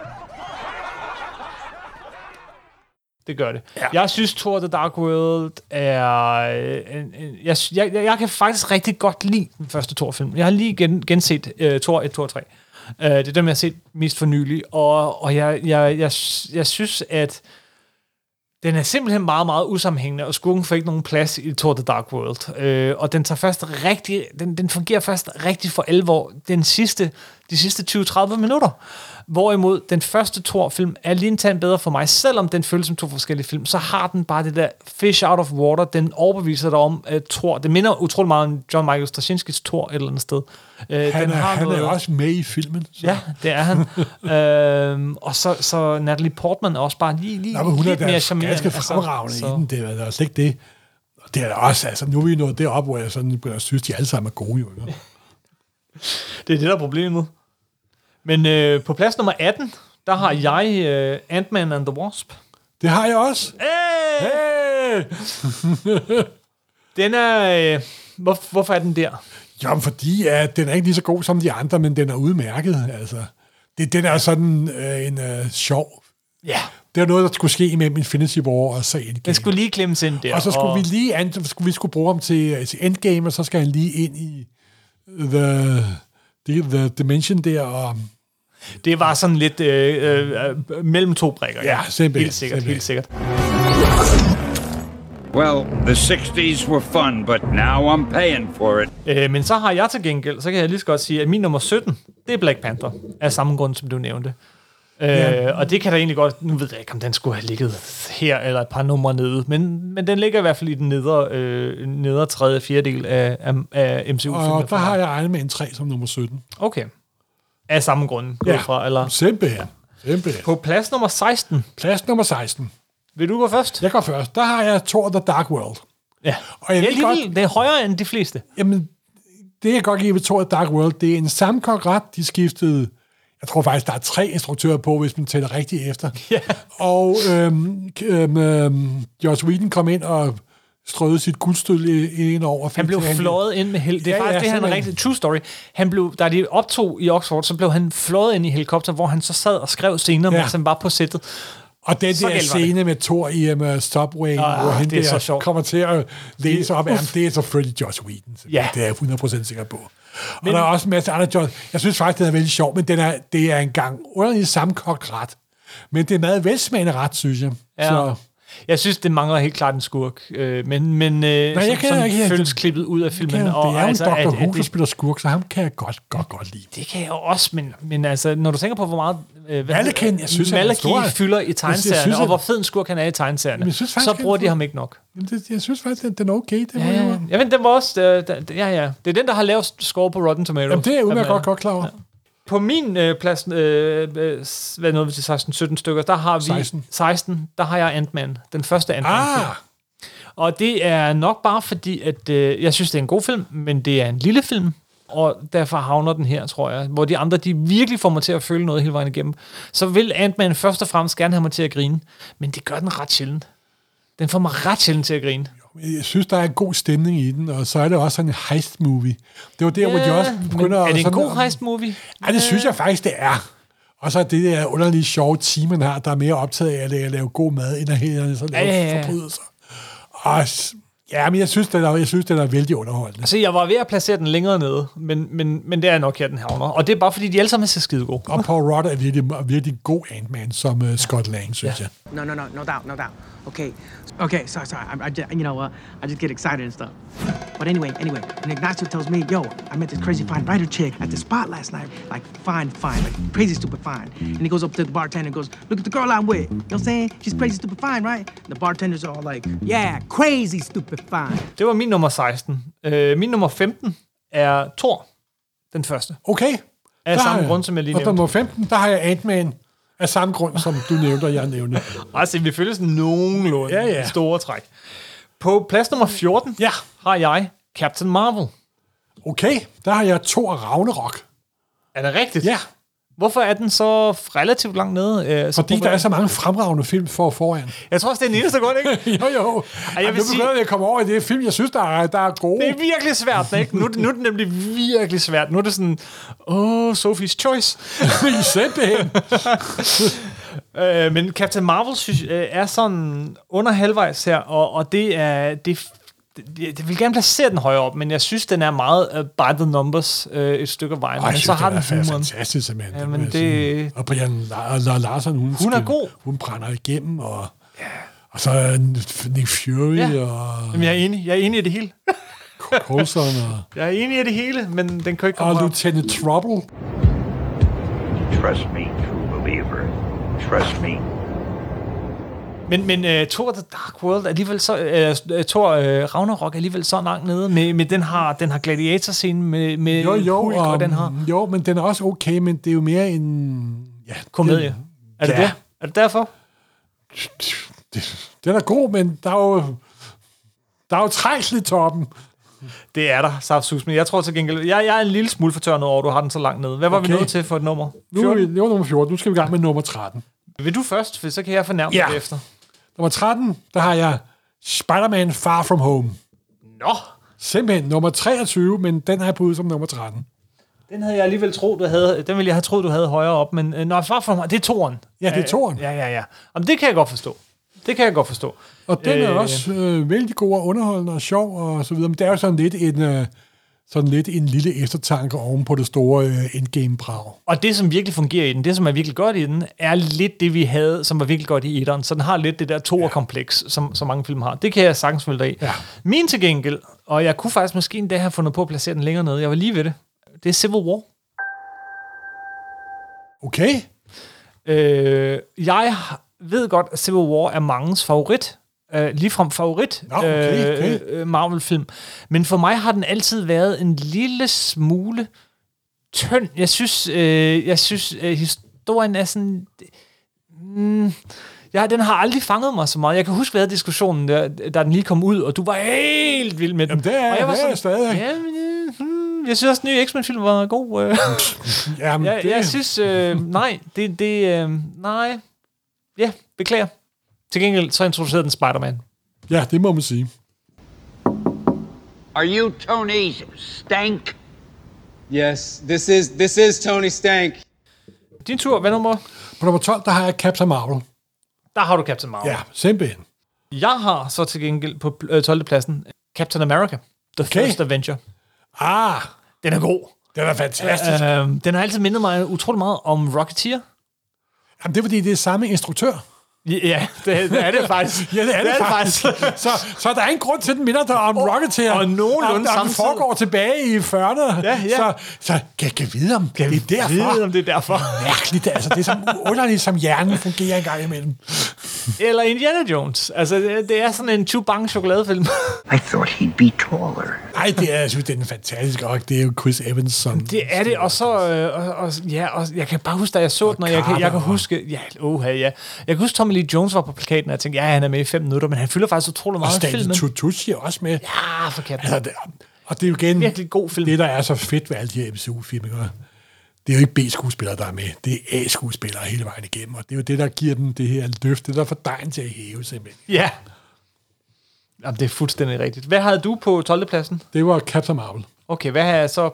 Det gør det. Ja. Jeg synes, Thor The Dark World er... Jeg kan faktisk rigtig godt lide den første Thor-film. Jeg har lige genset Thor 1, Thor 3. Det er dem, jeg har set mest for nylig. Og jeg synes, at den er simpelthen meget, meget usammenhængende, og skurken får ikke nogen plads i Thor The Dark World. Og den tager først rigtig... Den fungerer først rigtig for alvor de sidste 20-30 minutter. Hvorimod den første Thor-film er lige en tand bedre for mig, selvom den føles som 2 forskellige film, så har den bare det der fish out of water, den overbeviser dig om, at Thor, det minder utrolig meget om John Michael Straczynskis Thor et eller andet sted. Han er jo også med i filmen. Så. Ja, det er han. Og så Natalie Portman er også bare lige lidt mere charmerende. Ganske fremragende i den, det er slet ikke det. Og det er også, altså nu er vi nået deroppe, hvor jeg sådan synes, de alle sammen er gode. Jo. Det er det, der er problemet. Men på plads nummer 18, der har jeg Ant-Man and the Wasp. Det har jeg også. Hey! Den er... Hvorfor er den der? Jamen, fordi den er ikke lige så god som de andre, men den er udmærket. Altså. Den er sådan en sjov. Ja. Det er noget, der skulle ske imellem Infinity War og så Endgame. Den skulle lige klemmes ind der. Og så skulle vi skulle bruge ham til Endgame, og så skal han lige ind i The Dimension der. Og det var sådan lidt mellem 2 brækker. Ja, simpelthen. Helt sikkert. Well, the 60s were fun, but now I'm paying for it. Men så har jeg til gengæld, så kan jeg lige så godt sige, at min nummer 17, det er Black Panther, af samme grund, som du nævnte. Og det kan da egentlig godt, nu ved jeg ikke, om den skulle have ligget her, eller et par numre nede, men den ligger i hvert fald i den nedre tredje, fjerdedel af MCU-filmen. Og der har jeg Iron Man 3 som nummer 17. Okay. Af samme grund. Ja, eller? Simpelthen. På plads nummer 16. Plads nummer 16. Vil du gå først? Jeg går først. Der har jeg Thor The Dark World. Ja. Og jeg det er højere end de fleste. Jamen, det jeg godt give ved Thor The Dark World, det er en sammenkogt ret. De skiftede, jeg tror faktisk, der er 3 instruktører på, hvis man tæller rigtigt efter. Ja. Og Joss Whedon kom ind og strøede sit guldstød ind over. Han blev fløjet ind med det er faktisk det, han er rigtig true story. Han blev, da de optog i Oxford, så blev han fløjet ind i helikopter, hvor han så sad og skrev scener, mens han var på sættet. Og den der scene med Thor i Subway, hvor han der kommer til at læse op, det er selvfølgelig Joss Whedon. Ja. Det er jeg 100% sikker på. Og der er også en masse andre Joss. Jeg synes faktisk, det er vældig sjovt, men det er engang underligt sammenkogt ret. Men det er meget velsmagende ret, synes jeg. Ja. Så. Jeg synes, det mangler helt klart en skurk. Men jeg føles klippet ud af filmen. Det er jo altså, en Dr. Who, der spiller skurk, så ham kan jeg godt lide. Det kan jeg også, men altså, når du tænker på, hvor meget Malekith fylder i tegneserierne, og hvor fed en skurk han er i tegneserierne, så bruger de ham ikke nok. Jeg synes faktisk, at den er okay. Jeg ved, den var også... Det er den, der har lavet score på Rotten Tomatoes. Jamen, det er udmærket godt klar over. På min plads, hvad nåede vi til 16-17 stykker, der har vi 16, der har jeg Ant-Man, den første Ant-Man-film. Og det er nok bare fordi, at jeg synes, det er en god film, men det er en lille film, og derfor havner den her, tror jeg, hvor de andre, de virkelig får mig til at føle noget hele vejen igennem. Så vil Ant-Man først og fremmest gerne have mig til at grine, men det gør den ret sjældent. Den får mig ret sjældent til at grine. Jeg synes, der er en god stemning i den, og så er det også sådan en heist-movie. Det var der, hvor de også begynder... Er det en god heist-movie? Ja, det synes jeg faktisk, det er. Og så er det der underlige sjove team, man har, der er mere optaget af at lave god mad, end at hele så lave forbrydelser. Og ja, men jeg synes, den er vældig underholdende. Altså, jeg var ved at placere den længere nede, men det er nok her, den havner. Og det er bare, fordi de alle sammen er så skide gode. Og Paul Rudd er virkelig god Ant-Man, som Scott Lang, synes jeg. No doubt. Okay, sorry. I just get excited and stuff. But anyway, when Ignacio tells me, yo, I met this crazy fine writer chick at the spot last night, like fine, like crazy stupid fine. And he goes up to the bartender and goes, look at the girl I'm with. You know what I'm saying? She's crazy stupid fine, right? And the bartender's all like, yeah, crazy stupid fine. Det var min nummer 16. Min nummer 15 er Thor, den første. Okay. Af samme grund, som jeg lige nævnte. Og nummer 15, der har jeg Ant-Man. Af samme grund, som du nævnte, og jeg nævnte. Altså, vi følger sådan nogenlunde store træk. På plads nummer 14 har jeg Captain Marvel. Okay, der har jeg Thor Ragnarok. Er det rigtigt? Ja. Hvorfor er den så relativt langt nede? Fordi der er så mange fremragende film foran. Jeg tror også, det er den eneste grund, ikke? jo. Jeg vil sige, at komme over i det film, jeg synes, der er gode. Det er virkelig svært, ikke? Nu er det nemlig virkelig svært. Nu er det sådan, Sophie's Choice. Simpelthen. Men Captain Marvel synes, er sådan under halvvejs her, og det vil gerne placere den højere op, men jeg synes, den er meget by the numbers et stykke af vejen. Men så har den fantastisk, simpelthen. Ja, men det... Og Brian Larsen, hun er god. Hun brænder igennem, og så Nick Fury, og... Jamen, jeg er enig i det hele. Coulson, og... Jeg er enig i det hele, men den kan ikke komme og Lieutenant Trouble. Trust me, true believer. Trust me. Men Thor The Dark World alligevel så Thor Ragnarok alligevel så langt nede med den har gladiatorscenen med Hulk, og den har. Jo, men den er også okay, men det er jo mere en komedie. Er det det? Er det derfor? Den er god, men der er jo trængsel i toppen. Det er der, saftsus, men jeg tror til gengæld, jeg er en lille smule fortørnet over, at du har den så langt nede. Hvad var vi nået til for et nummer? 14? Det var nummer 14. Nu skal vi i gang med nummer 13. Vil du først, for så kan jeg fornærme dig efter. Nummer 13, der har jeg Spider-Man Far From Home. Nå! Simpelthen nummer 23, men den har jeg på ud som nummer 13. Den havde jeg alligevel troet, du havde. Den ville jeg have troet, du havde højere op, men Far From Home, det er toren. Ja, det er toren. Ja. Jamen, det kan jeg godt forstå. Og den er også vældig god og underholdende og sjov og så videre, men det er jo sådan lidt sådan lidt en lille eftertanke oven på det store endgame-brag. Og det, som virkelig fungerer i den, det, som er virkelig godt i den, er lidt det, vi havde, som var virkelig godt i etteren. Så den har lidt det der toerkompleks, som mange film har. Det kan jeg sagtens følge dig i. Ja. Min til gengæld, og jeg kunne faktisk måske endda have fundet på at placere den længere nede, jeg var lige ved det, det er Civil War. Okay. Jeg ved godt, at Civil War er mangens favorit. Ligefrem favorit Marvel-film. Men for mig har den altid været en lille smule tynd. Jeg synes historien er sådan... den har aldrig fanget mig så meget. Jeg kan huske, vi havde diskussionen, da den lige kom ud, og du var helt vild med den. Jamen, det er, og jeg var sådan, stadig. Jeg synes også, den nye X-Men-film var god. Jamen, jeg synes... nej, nej. Ja, beklager. Til gengæld så introducerede den Spider-Man. Ja, det må man sige. Are you Tony Stank? Yes, this is Tony Stank. Din tur, hvad nummer? På nummer 12, der har jeg Captain Marvel. Der har du Captain Marvel. Ja, simpelthen. Jeg har så til gengæld på 12. pladsen Captain America. The First Avenger. Den er god. Den er fantastisk. Den har altid mindet mig utrolig meget om Rocketeer. Jamen, det er fordi, det er samme instruktør. Ja, det er det faktisk. Ja, det er det faktisk. Så der er en grund til, at den minder dig om Rocketeer. Og nogenlunde samtidig. Den foregår tilbage i 40'erne. Ja. Så kan vide om det er derfor. Vide om det er derfor. Mærkeligt, altså. Det er så underligt, som hjernen fungerer en gang imellem. Eller Indiana Jones. Altså, det er sådan en chewbang chokoladefilm. I thought he'd be taller. Nej, det er, jeg synes, det er en fantastisk, og det er jo Chris Evans, som... Det er det, og så... og jeg kan bare huske, da jeg så den, og jeg kan huske... Ja, jeg kan huske, Tommy Lee Jones var på plakaten, og jeg tænkte, han er med i 5 minutter, men han fylder faktisk utrolig meget i filmen. Og Stanley Tucci er også med. Ja, forkert. Altså, og det er jo igen... Virkelig god film. Det, der er så fedt ved alle de her MCU-film, det er jo ikke B-skuespillere, der er med. Det er A-skuespillere hele vejen igennem, og det er jo det, der giver dem det her løft. Det der får dejen til at hæve, simpelthen. Ja. Jamen, det er fuldstændig rigtigt. Hvad havde du på 12. pladsen? Det var Captain Marvel. Okay, hvad har jeg så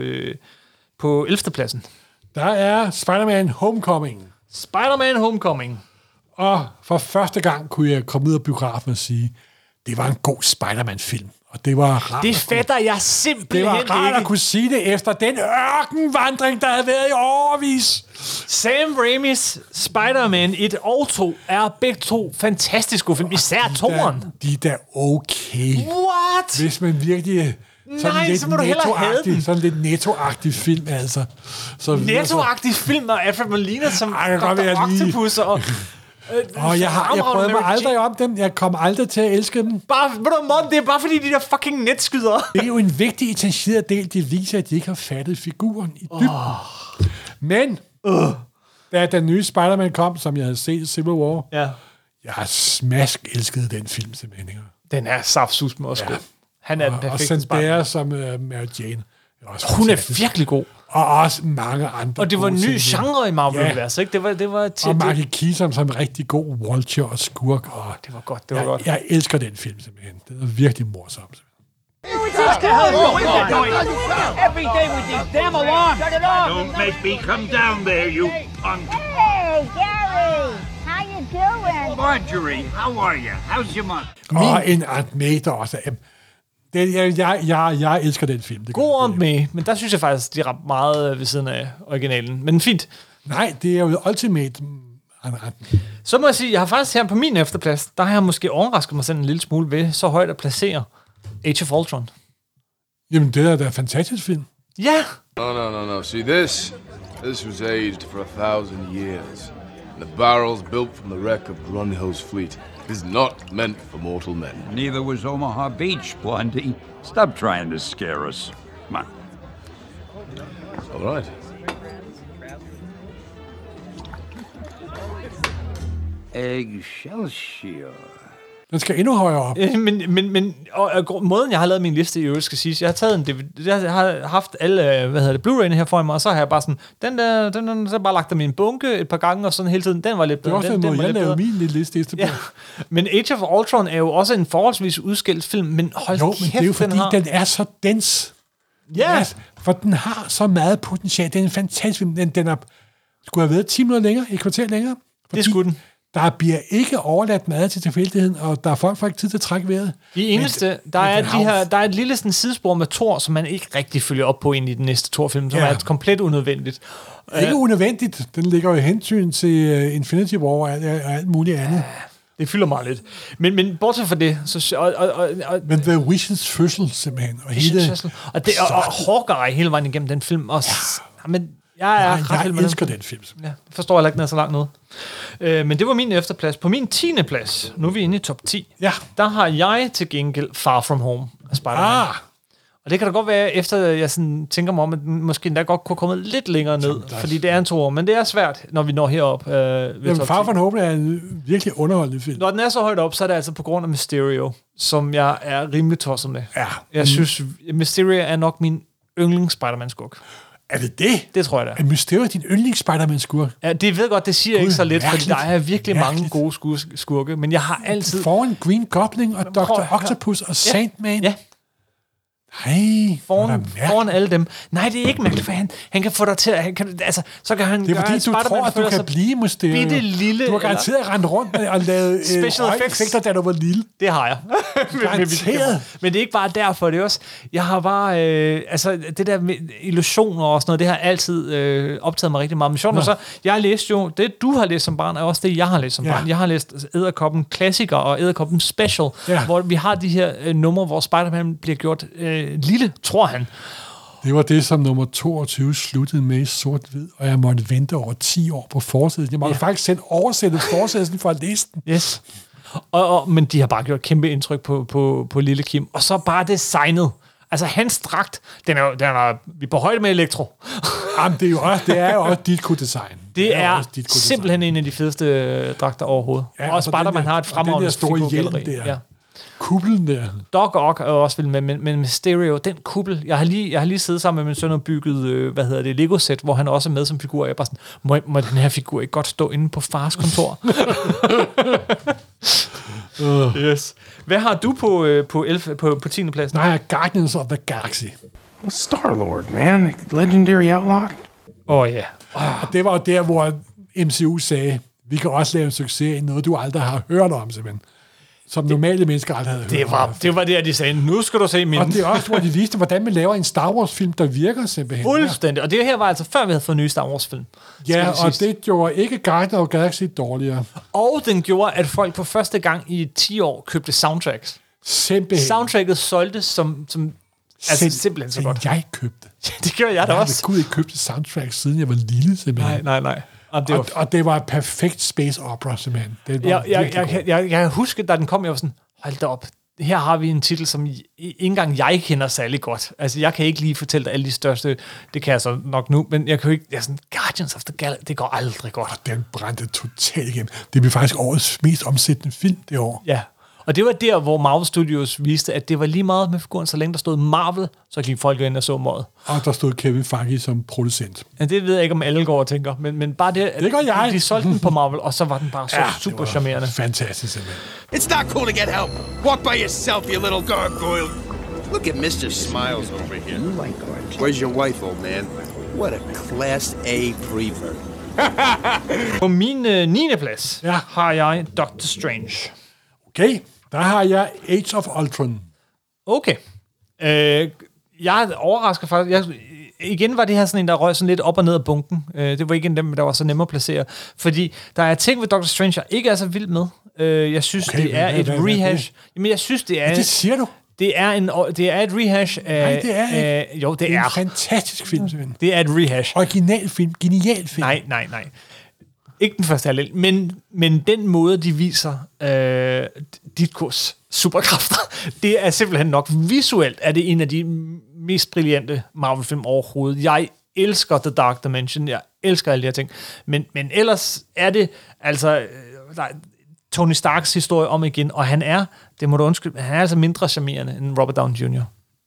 på 11. pladsen? Der er Spider-Man Homecoming. Spider-Man Homecoming. Og for første gang kunne jeg komme ud af biografen og sige, det var en god Spider-Man-film. Og det var rart. Det fatter jeg simpelthen ikke. Det var rart at kunne sige det efter den ørkenvandring, der havde været i årevis. Sam Raimis Spider-Man 1 og 2 er begge to fantastiske film. Især 2'eren. De er da okay. What? Hvis man virkelig... Nej, så må du hellere have den. Sådan lidt nettoagtig film, altså. Nettoagtig film, og Alfred Molina som Dr. Octopus og... Og jeg prøvede mig aldrig om dem. Jeg kom aldrig til at elske dem. Det er bare fordi, de der fucking netskyder. Det er jo en vigtig essentiel del. Det viser, at de ikke har fattet figuren i dybden. Men, da den nye Spider-Man kom, som jeg havde set Civil War, jeg har elsket den film simpelthen. Den er saftsus med også god. Han er den perfekte Spider-Man. Og som Mary Jane. Hun er virkelig god. Og også mange andre. Og det var en ny genre i Marvel-universet, ikke? Det var og Maggie Keaton som en rigtig god Vulture og skurk. Og det var godt, det var godt. Jeg elsker den film simpelthen. Det er virkelig morsomt. Every day with these damn alarms. Don't make me come down there, you punk. Hey, Gary. How you doing? Marjorie, how are you? How's your mom? Og en Aunt May, der også er... Jeg elsker den film. God Aunt May, men der synes jeg faktisk, de ramte meget ved siden af originalen. Men fint. Nej, det er jo Ultimate. Så må jeg sige, jeg har faktisk her på min efterplads, der har jeg måske overrasket mig selv en lille smule ved så højt at placere Age of Ultron. Jamen, det er da en fantastisk film. Ja! No. See, this was aged for 1,000 years. And the barrels built from the wreck of Grunhill's fleet is not meant for mortal men. Neither was Omaha Beach, Blondie. Stop trying to scare us. Come on. All right. Eggshell shear. Den skal endnu højere op. Men måden, jeg har lavet min liste i øvrigt, skal siges, jeg har taget en DVD, jeg har haft alle, Blu-ray'ene her foran mig, og så har jeg bare sådan, den så bare lagt dem i en bunke et par gange, og sådan hele tiden, den var lidt bedre. Det er også en måde, jeg lavede min lille liste på. Ja. Men Age of Ultron er jo også en forholdsvis udskilt film, men hold kæft, men det er jo fordi, den er så dens. Ja. For den har så meget potentiale. Den er en fantastisk film. Den skulle have været 10 minutter længere, et kvarter længere. Det skulle den. Der bliver ikke overladt meget til tilfældigheden, og der er folk ikke tid til at trække vejret. Det eneste, der er et lille sådan, sidespor med Thor, som man ikke rigtig følger op på ind i den næste Thor-film, som er komplet unødvendigt. Ikke unødvendigt. Den ligger jo i hensyn til Infinity War og alt muligt andet. Det fylder meget lidt. Men bortset fra det... Men The Visions fødsel, simpelthen. Og Hawkeye hele vejen igennem den film. Men jeg elsker den film. Ja, forstår jeg ikke, den er så langt ned. Men det var min efterplads. På min 10. plads, nu er vi inde i top 10, der har jeg til gengæld Far From Home af Spider-Man. Og det kan da godt være, efter jeg sådan tænker mig om, at måske endda godt kunne komme lidt længere ned, fordi det er en toer, men det er svært, når vi når herop. Far From Home er en virkelig underholdende film. Når den er så højt op, så er det altså på grund af Mysterio, som jeg er rimelig tosset med. Ja. Jeg synes, Mysterio er nok min yndlings Spider-Man-skurk. Er det det? Det tror jeg da. Er Mysterio din yndlings Spider-Man-skurk? Ja, det ved godt, det siger jeg ikke så lidt, fordi der er virkelig mange gode skurke, men jeg har altid... Foran Green Goblin og Dr. Octopus og Sandman. Ja. Nej, foran alle dem. Nej, det er ikke mærkeligt, for han kan få dig til at... så kan han det er fordi, du tror, at du kan blive Mysterio. Bitte lille... Du har garanteret rendt rundt med og lavet special effects, da du var lille. Det har jeg. Men det er ikke bare derfor, det er også... Jeg har bare... det der med illusioner og sådan noget, det har altid optaget mig rigtig meget. Men sjovt, så jeg læste jo... Det, du har læst som barn, er også det, jeg har læst som barn. Jeg har læst Edderkoppen Klassiker og Edderkoppen Special, hvor vi har de her numre, hvor Spider-Man bliver gjort... lille, tror han. Det var det, som nummer 22 sluttede med i sort-hvid, og jeg måtte vente over 10 år på forsættelsen. Jeg måtte faktisk oversætte forsættelsen for at læse den. Yes. Men de har bare gjort kæmpe indtryk på lille Kim. Og så bare designet. Altså, hans dragt, den er vi er på højde med Elektro. Jamen, det er jo også Ditko-design. Det er simpelthen en af de fedeste dragter overhovedet. Ja, og Spider-Man har et fremragende figurgalleri. Ja. Kuppelen der. Doc Ock er også vild med, men Mysterio, den kuppel, jeg har lige siddet sammen med min søn og bygget, Lego-sæt, hvor han også er med som figur, og jeg er bare sådan, må den her figur ikke godt stå inde på fars kontor? Yes. Hvad har du på 10. pladsen? Nej, Guardians of the Galaxy. Well, Star-Lord, man. Legendary outlaw. Ja. Og det var jo der, hvor MCU sagde, vi kan også lave en succes i noget, du aldrig har hørt om, simpelthen. Som normale mennesker aldrig havde hørt om. Det var det, de sagde, nu skal du se min. Og det er også, hvor de viste, hvordan man laver en Star Wars-film, der virker simpelthen. Fuldstændig. Og det her var altså før, vi havde fået nye Star Wars-film. Ja, og det gjorde ikke Guardians of the Galaxy dårligere. Og den gjorde, at folk for første gang i 10 år købte soundtracks. Simpelthen. Soundtracket solgte som simpelthen så godt. Jeg købte. Det gjorde jeg da også. Jeg har ikke købt soundtracks, siden jeg var lille, simpelthen. Nej. Og det var et perfekt space opera, simpelthen. Jeg kan huske, da den kom, jeg var sådan, hold da op, her har vi en titel, som ikke engang jeg kender særlig godt. Altså, jeg kan ikke lige fortælle dig alle de største, det kan jeg så nok nu, men jeg kan jo ikke, sådan, Guardians of the Galaxy, det går aldrig godt. Og den brændte totalt igennem. Det blev faktisk årets mest omsættende film det år. Ja. Og det var der, hvor Marvel Studios viste, at det var lige meget med figuren, så længe der stod Marvel, så gik folk ind og så meget. Og der stod Kevin Feige som producent. Ja, det ved jeg ikke, om alle går og tænker, men bare det gør jeg. De solgte den på Marvel, og så var den bare så super charmerende. Fantastisk, simpelthen. It's not cool to get help. Walk by yourself, you little gargoyle. Look at Mr. Smiles over here. You like orange. Where's your wife, old man? What a Class A prevert. På min 9. plads har jeg Doctor Strange. Okay, der har jeg Age of Ultron. Okay. Jeg er overrasket faktisk. Igen var det her sådan en, der røg sådan lidt op og ned af bunken. Det var ikke en af dem, der var så nemmere at placere. Fordi der er ting ved Doctor Strange, jeg ikke er så vild med. Jeg synes, det er et rehash. Jamen, jeg synes, det er... Det siger du? Det er et rehash af... Nej, det er ikke. Jo, det er en fantastisk film, simpelthen. Det er et rehash. Original film. Genial film. Nej. Ikke den første halvdel, men den måde, de viser Ditkos superkræfter, det er simpelthen nok visuelt, er det en af de mest brillante Marvel-film overhovedet. Jeg elsker The Dark Dimension, jeg elsker alle de her ting, men ellers er det altså Tony Starks historie om igen, og han er, det må du undskylde, han er altså mindre charmerende end Robert Downey Jr.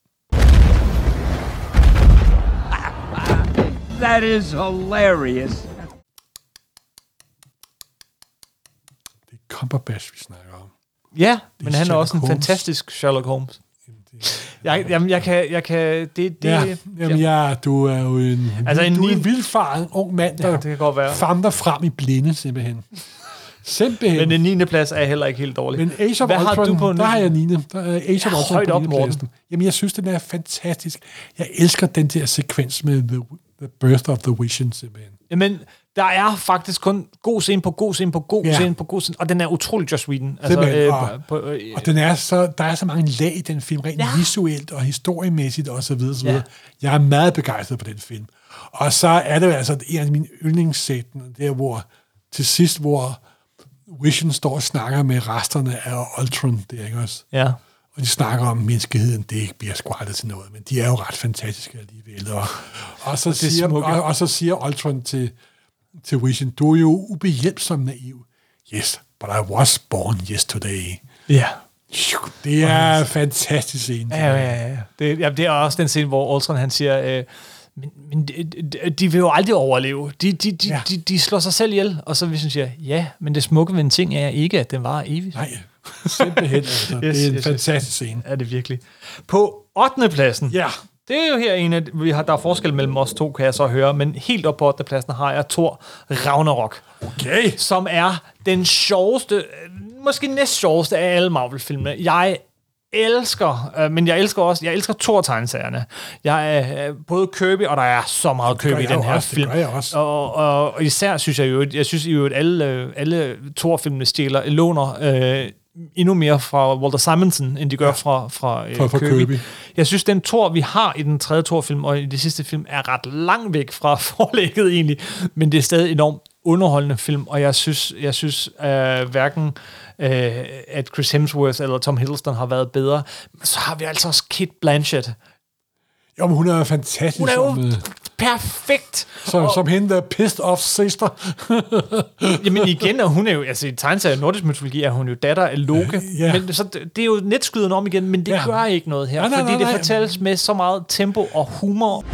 That is hilarious. Cumberbatch, vi snakker om. Ja, men han er også en fantastisk Sherlock Holmes. Jeg kan... Du er jo en vildfaren ung mand, der det kan godt være. famler frem i blinde, simpelthen. Simpelthen. Men den 9. plads er heller ikke helt dårlig. Men Age of Hvad Ultron, har du på der har jeg 9. Age of Ultron højt på op, 9. Morten. pladsen. Jamen, jeg synes, den er fantastisk. Jeg elsker den der sekvens med The Birth of the Vision, simpelthen. Jamen, der er faktisk kun god scene på god scene på god scene på god scene, og den er utrolig Joss Whedon. Og den er der er så mange lag i den film, rent visuelt og historiemæssigt og så videre, så videre. Jeg er meget begejstret på den film. Og så er det jo altså en af mine yndlingsscener, der hvor til sidst, hvor Vision står og snakker med resterne af Ultron, det er ikke også? Ja. Og de snakker om menneskeheden, det bliver sgu aldrig til noget, men de er jo ret fantastiske alligevel. Og så siger Ultron til Vision, du er jo ubehjælpsom naiv. Yes, but I was born yesterday. Ja. Det er en fantastisk scene. Ja. Det er også den scene, hvor Ultron han siger, men de vil jo aldrig overleve. De slår sig selv ihjel. Og så Vision siger, ja, men det smukke ved en ting er ikke, at den varer evigt. Nej, simpelthen. Altså. Det er en fantastisk scene. Er det virkelig. På 8. pladsen. Ja. Det er jo her en af, der er forskel mellem os to, kan jeg så høre, men helt op på 8. pladsen har jeg Thor Ragnarok. Okay. Som er den sjoveste, måske næst sjoveste af alle Marvel-filmene. Jeg elsker Thor-tegneserierne. Jeg er både Kirby, og der er så meget Kirby i den her film. Det gør jeg også. Og især synes jeg jo, at alle Thor-filmene låner endnu mere fra Walter Simonson, end de gør fra Kirby. Jeg synes, den Thor, vi har i den tredje Thor-film, og i det sidste film, er ret langt væk fra forlægget egentlig, men det er stadig enormt underholdende film, og jeg synes hverken at Chris Hemsworth eller Tom Hiddleston har været bedre. Så har vi altså også Kate Blanchett. Jo, men hun er fantastisk. Hun er jo perfekt. Som hende, der pissed off sister. Jamen igen, og hun er jo, altså i tegneserien nordisk mytologi, er hun jo datter af Loke. Ja. Men så, det er jo netskyden om igen, men det gør ikke noget her, fordi det fortælles med så meget tempo og humor.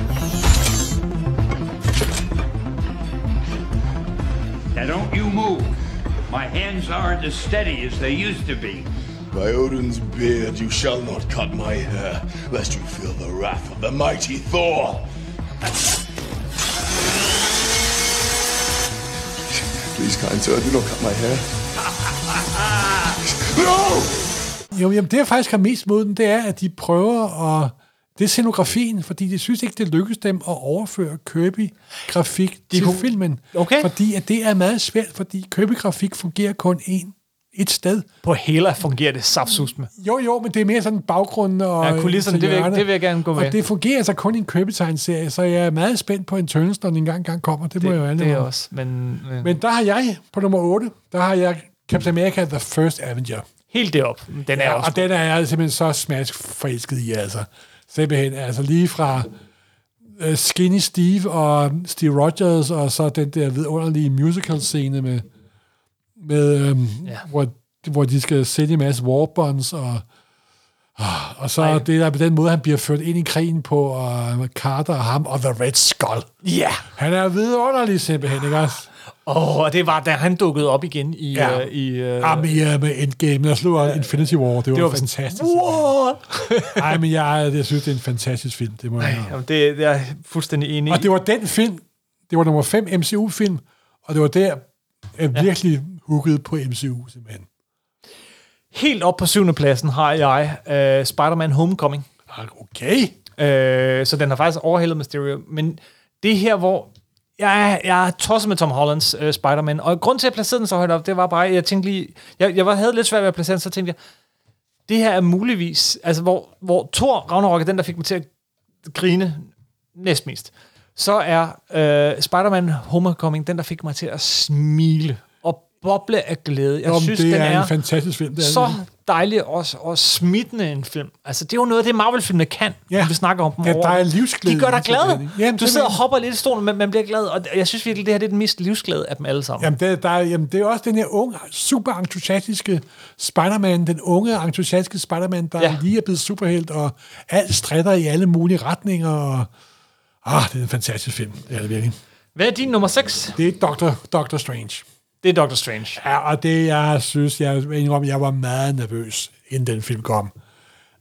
Now don't you move. My hands aren't as steady as they used to be. By Odin's beard, you shall not cut my hair, lest you feel the wrath of the mighty Thor. Please, kind sir, do not cut my hair. No! Jo, jamen, det jeg faktisk har mest mod den, det er, at de prøver at... Det er scenografien, fordi de synes ikke, det lykkes dem at overføre Kirby-grafik til filmen. Okay. Fordi at det er meget svært, fordi Kirby-grafik fungerer kun et sted. På Hela fungerer det saftsus med. Jo, men det er mere sådan baggrund og... Ja, kulisserne, det vil jeg gerne gå med. Og det fungerer altså kun i en Kirby-tegneserie, så jeg er meget spændt på en Turtles, når den engang kommer. Det må jeg jo alle. Det er også, men... Men der har jeg, på nummer 8, der har jeg Captain America The First Avenger. Helt derop. Den er også. Og den er jeg simpelthen så smask forelsket i, altså. Simpelthen, altså lige fra Skinny Steve og Steve Rogers, og så den der vidunderlige musical-scene hvor de skal sælge en masse warbonds, og så det der på den måde, han bliver ført ind i krigen på, og Carter og ham, og The Red Skull. Ja! Yeah. Han er vidunderlig simpelthen, ikke også? Og det var, da han dukkede op igen med Endgame, og slog Infinity War. Det var fantastisk. Nej, men jeg synes, det er en fantastisk film. Det må det er fuldstændig enig. Og det var den film, det var nummer 5 MCU-film, og det var der, jeg virkelig huggede på MCU, simpelthen. Helt op på 7. pladsen har jeg Spider-Man Homecoming. Okay. Så den har faktisk overhældet Mysterio. Men det her, hvor jeg er tosset med Tom Hollands Spider-Man, og grund til, at jeg placerede den så højt op, det var bare, jeg tænkte lige, jeg havde lidt svært ved at placere den, så tænkte jeg, det her er muligvis, altså hvor Thor Ragnarok er den, der fik mig til at grine næstmest, så er Spider-Man Homecoming den, der fik mig til at smile og boble af glæde. Jeg synes, det den er en fantastisk film. Det er så dejlig og smittende en film. Altså, det er jo noget af det, Marvel-filmene kan, når vi snakker om dem over. Der er livsglæde. De gør dig glad. Du sidder og hopper lidt i stolen, men man bliver glad, og jeg synes virkelig, det her det er den mest livsglæde af dem alle sammen. Jamen, det er også den her unge, super entusiastiske Spider-Man, den unge, entusiastiske Spider-Man, der lige er blevet superhelt, og alt stritter i alle mulige retninger, og det er en fantastisk film. Det er det virkelig. Hvad er din nummer 6? Det er Doctor Strange. Det er Doctor Strange. Ja, og det, jeg synes, jeg var meget nervøs, inden den film kom.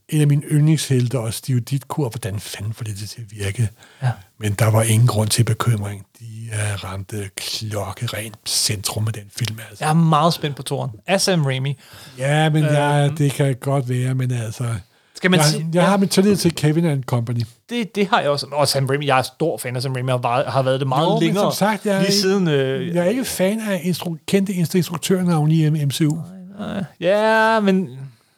en af mine yndlingshelte, og Steve Ditko, og hvordan fanden får det til at virke. Ja. Men der var ingen grund til bekymring. De ramte klokkerent centrum af den film. Altså. Jeg er meget spændt på toren. Af Sam Raimi. Ja, men det kan godt være, men altså... Skal man jeg har min tillid til Kevin and Company. Det har jeg også. Og Sam Raimi, jeg er stor fan af Sam Raimi, og har været det meget længere. Men som sagt, jeg er ikke fan af kendte instruktørnavne i MCU. Ja, men...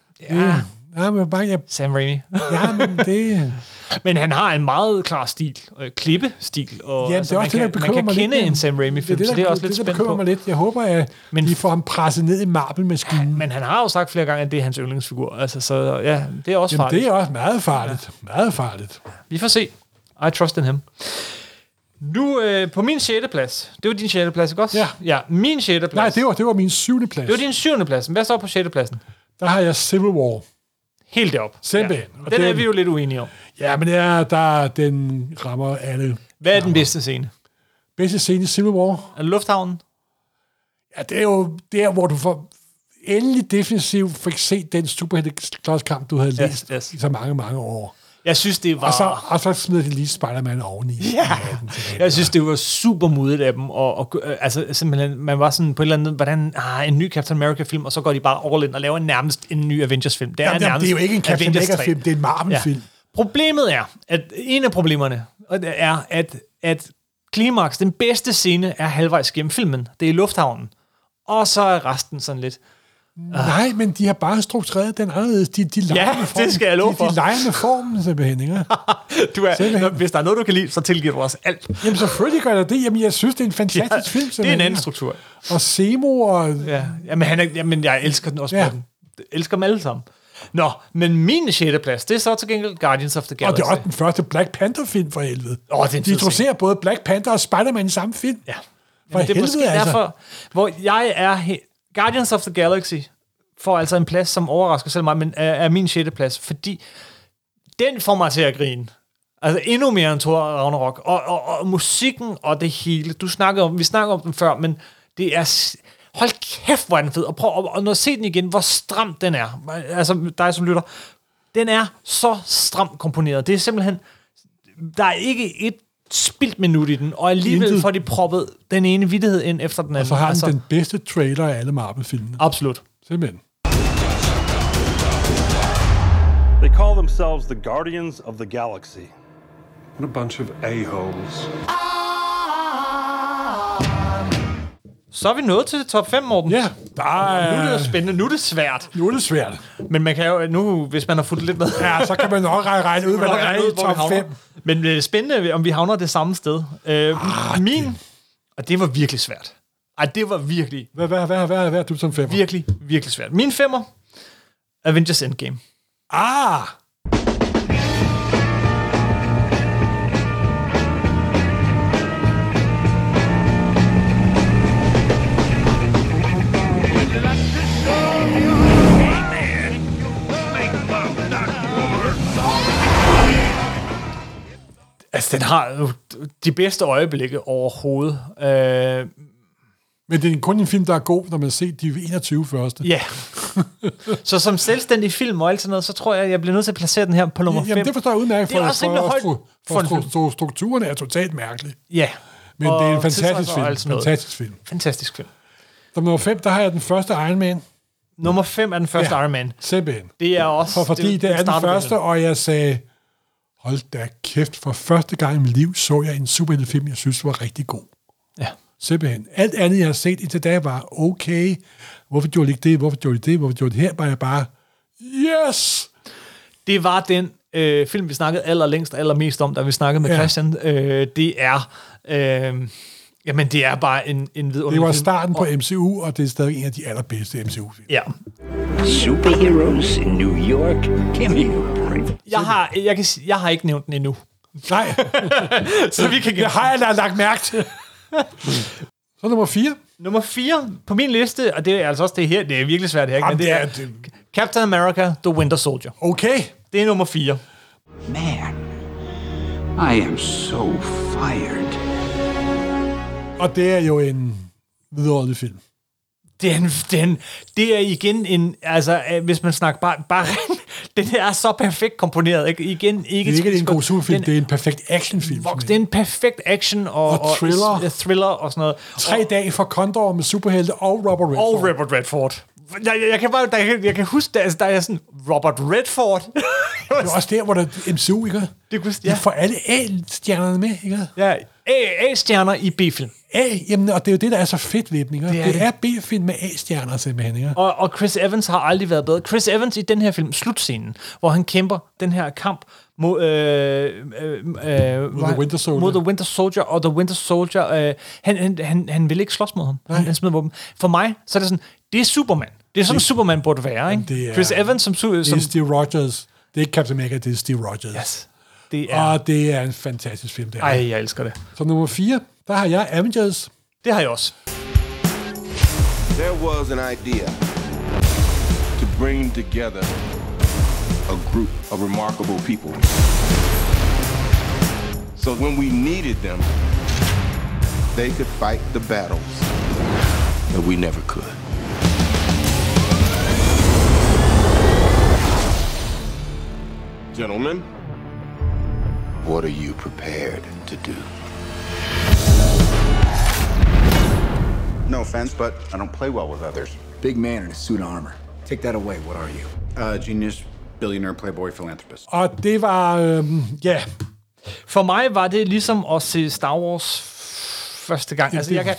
Ja, men bare... Sam Raimi. Ja, men det... Men han har en meget klar stil, klippestil, og ja, det er også det, der man kan kende en Sam Raimi-film, så det er også lidt spændt på. Mig lidt. Jeg håber, at de får ham presset ned i marble-maskinen. Men han har jo sagt flere gange, at det er hans yndlingsfigur. Altså, så ja, det er også farligt. Det er også meget farligt. Ja. Meget farligt. Vi får se. I trust in him. Nu på min 6. plads. Det var din 6. plads, ikke også? Ja. Ja, min 6. plads. Nej, det var min 7. plads. Det var din 7. plads. Hvad står på 6. pladsen? Der har jeg Civil War. Helt derop. Simpelthen. Ja. Den er vi jo lidt uenige om. Ja, men den rammer alle. Hvad er den bedste scene? Bedste scene i Civil War? Er det lufthavnen? Ja, det er jo der, hvor du får endelig defensivt fik set den superheltekloddskamp, du havde læst i så mange, mange år. Jeg synes, det var... Og så smider de lige Spider-Man oveni. Ja, jeg synes, det var super modigt af dem. Og altså, simpelthen, man var sådan på et eller andet, hvordan en ny Captain America-film, og så går de bare all in og laver nærmest en ny Avengers-film. Det er jo ikke en Captain America-film, det er en Marvel-film. Ja. Problemet er, at en af problemerne er, at klimaks, den bedste scene, er halvvejs gennem filmen. Det er i lufthavnen. Og så er resten sådan lidt... Nej, men de har bare struktureret den anderledes. De leger med formen. Det skal jeg love for. De leger med formen, simpelthen. Ikke? Hvis der er noget, du kan lide, så tilgiver du os alt. Jamen selvfølgelig gør jeg det. Jamen jeg synes, det er en fantastisk film. Det er en anden struktur. Og Zemo og... Ja, men jeg elsker den også på den. Jeg elsker dem alle sammen. Nå, men min 6. plads, det er så til gengæld Guardians of the Galaxy. Og det er også den første Black Panther-film for helvede. De introducerer både Black Panther og Spider-Man i samme film. Ja. For helvede, det er måske derfor, hvor jeg er... Guardians of the Galaxy får altså en plads, som overrasker selv mig, men er min 6. plads, fordi den får mig til at grine. Altså endnu mere end Thor Ragnarok. Og musikken og det hele. Vi snakkede om den før, men det er... Hold kæft, hvor er den fed. Og prøv at se den igen, hvor stram den er. Altså, dig som lytter. Den er så stramt komponeret. Det er simpelthen... Der er ikke et spildt minut i den, og alligevel får de proppet den ene vittighed ind efter den anden. Og så har den den bedste trailer af alle Marvel-filmene. Absolut. Simpelthen. They call themselves the Guardians of the Galaxy. What a bunch of a-holes. Så er vi nået til top 5, Morten. Ja. Nu er det spændende. Nu er det svært. Men man kan jo nu, hvis man har fulgt lidt med... Ja, så kan man nok regne ud, hvad der er i top 5. Men det er spændende, om vi havner det samme sted. Og det var virkelig svært. Det var virkelig... Hvad er du som 5'er? Virkelig, virkelig svært. Min 5'er, Avengers Endgame. Altså, den har jo de bedste øjeblikke overhovedet. Men det er kun en film, der er god, når man ser de 21 første. Ja. Så som selvstændig film og alt sådan noget, så tror jeg bliver nødt til at placere den her på nummer 5. Jamen, det forstår jeg udmærket, for strukturen er totalt mærkelig. Ja. Men det er en fantastisk film. Fantastisk film. Som nummer 5, der har jeg den første Iron Man. Nummer 5 er den første Iron Man. Simpelthen. Det er også... Fordi det er den første, og jeg sagde... Hold da kæft, for første gang i mit liv så jeg en superheltefilm, jeg synes var rigtig god. Ja. Simpelthen. Alt andet, jeg har set indtil da, var okay. Hvorfor gjorde de ikke det? Hvorfor gjorde de det? Hvorfor gjorde de det her? Var jeg bare, yes! Det var den film, vi snakkede allermest om, da vi snakkede med Christian. Det er... Jamen, det er bare en vidunderlig Det var starten på MCU, og det er stadig en af de allerbedste MCU-film. Ja. Superheroes in New York? Give me a break. Jeg har ikke nævnt den endnu. Nej. Så vi kan... Det har jeg da lagt mærke til. Så nummer 4. Nummer 4 på min liste, og det er altså også det her, det er virkelig svært her, ikke? Men det er Captain America, The Winter Soldier. Okay. Det er nummer 4. Man, I am so fired. Og det er jo en vidunderlig film. Det er igen en, altså hvis man snakker bare Den er så perfekt komponeret. Ikke det er ikke en god superfilm, det er en perfekt actionfilm. Det er en perfekt action og thriller og sådan noget. 3 dage for Condor med superhelte og Robert Redford. Og Robert Redford. Jeg kan huske, der er sådan, Robert Redford. Det er også der, hvor der er MCU, ikke? De får alle A-stjernerne med, ikke? Ja, A-stjerner i B-film. Jamen, og det er jo det, der er så fedt ved dem, ikke? Det er B-film med A-stjerner, simpelthen, ikke? Og Chris Evans har aldrig været bedre. Chris Evans i den her film, slutscenen, hvor han kæmper den her kamp mod The Winter Soldier. Mod The Winter Soldier, og The Winter Soldier, han vil ikke slås mod ham. Han smider våben. For mig, så er det sådan, det er Superman. Det er sådan, Superman burde være, ikke? Chris Evans som det er Steve Rogers. Det er ikke Captain America, det er Steve Rogers. Yes. Og det er en fantastisk film, det er. Ej, jeg elsker det. Så nummer 4, der har jeg Avengers. Det har jeg også. There was an idea to bring together a group of remarkable people. So when we needed them, they could fight the battles that we never could. Gentlemen, what are you prepared to do? No offense, but I don't play well with others. Big man in a suit of armor. Take that away. What are you? Genius, billionaire, playboy, philanthropist. Og det var, For mig var det ligesom at se Star Wars første gang.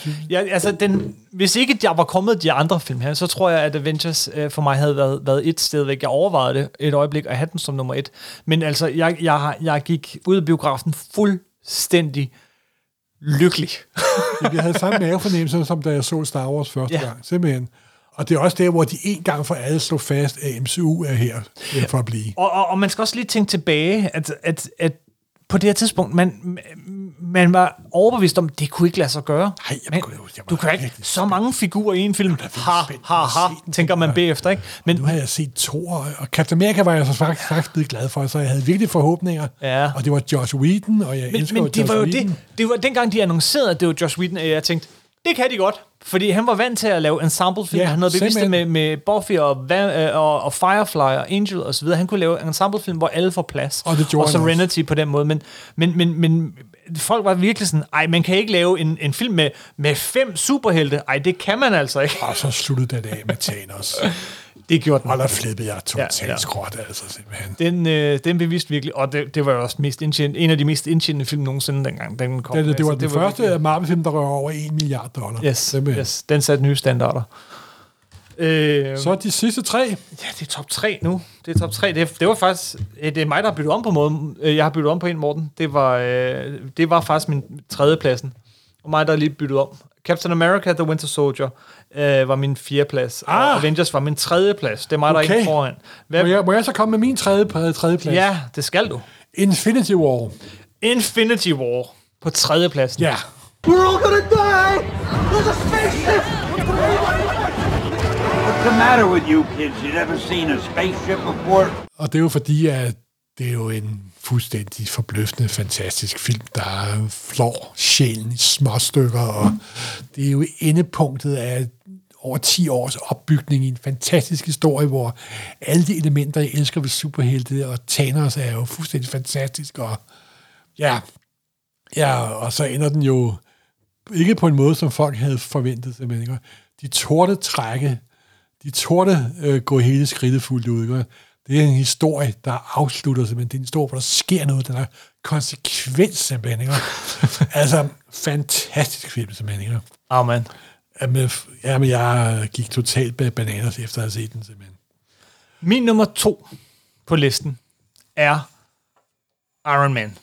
Hvis ikke jeg var kommet de andre film her, så tror jeg, at Avengers for mig havde været et sted væk. Jeg overvejede det et øjeblik at have den som nummer 1. Men altså, jeg gik ud af biografen fuldstændig lykkelig. Jeg havde samme mavefornemmelse, som da jeg så Star Wars første gang. Simpelthen. Og det er også der, hvor de en gang for alle slog fast, at MCU er her for at blive. Og man skal også lige tænke tilbage, at på det her tidspunkt, man var overbevist om, det kunne ikke lade sig gøre. Nej, du kan ikke så mange figurer i en film. Tænker man bagefter, ikke? Men nu har jeg set Thor, og Captain America var jeg så faktisk blevet glad for, så jeg havde virkelig forhåbninger. Ja. Og det var Joss Whedon, og jeg elsker Joss Whedon. Det var dengang, de annoncerede, at det var Joss Whedon, at jeg tænkte, det kan de godt. Fordi han var vant til at lave ensemblefilm. Han havde bevidst det med Buffy og Firefly og Angel og så videre. Han kunne lave ensemblefilm, hvor alle får plads. Og Serenity også på den måde. Men folk var virkelig sådan, man kan ikke lave en film med 5 superhelte. Det kan man altså ikke. Og så sluttede det af med Thanos. Det gjorde den. Og der flippede jeg totalt skråt, altså simpelthen. Den beviste virkelig, og det var jo også en af de mest indtjenende film nogensinde dengang. Den kom. Det var den første Marvel-film, der rører over $1 milliard. Yes, den satte nye standarder. Så de sidste 3. Ja, det er top 3 nu. Det er top 3. Det var faktisk... Det er mig, der har byttet om på måden. Jeg har byttet om på en, Morten. Det var faktisk min 3. pladsen. Og mig, der lige byttet om. Captain America, The Winter Soldier var min 4. plads. Og Avengers var min 3. plads. Det er mig, der er ikke foran. Må jeg så komme med min 3. plads? Ja, det skal du. Infinity War. Infinity War på 3. pladsen. Ja. We're all gonna die! There's a spaceship! What's the matter with you kids? You never seen a spaceship before? Og det er jo fordi, at det er jo en fuldstændig forbløffende, fantastisk film, der flår sjælen i små stykker, og det er jo endepunktet af over 10 års opbygning i en fantastisk historie, hvor alle de elementer, jeg elsker ved superhelte, og Thanos er jo fuldstændig fantastisk, og og så ender den jo ikke på en måde, som folk havde forventet, simpelthen. De torde gå hele skridtet fuldt ud, ikke? Det er en historie, der afslutter simpelthen. Det er en historie, hvor der sker noget, den er konsekvens simpelthen, ikke? Altså, fantastisk film simpelthen, ikke? Amen. Jamen, jeg gik totalt bananas efter at have set den simpelthen. Min nummer 2 på listen er Iron Man.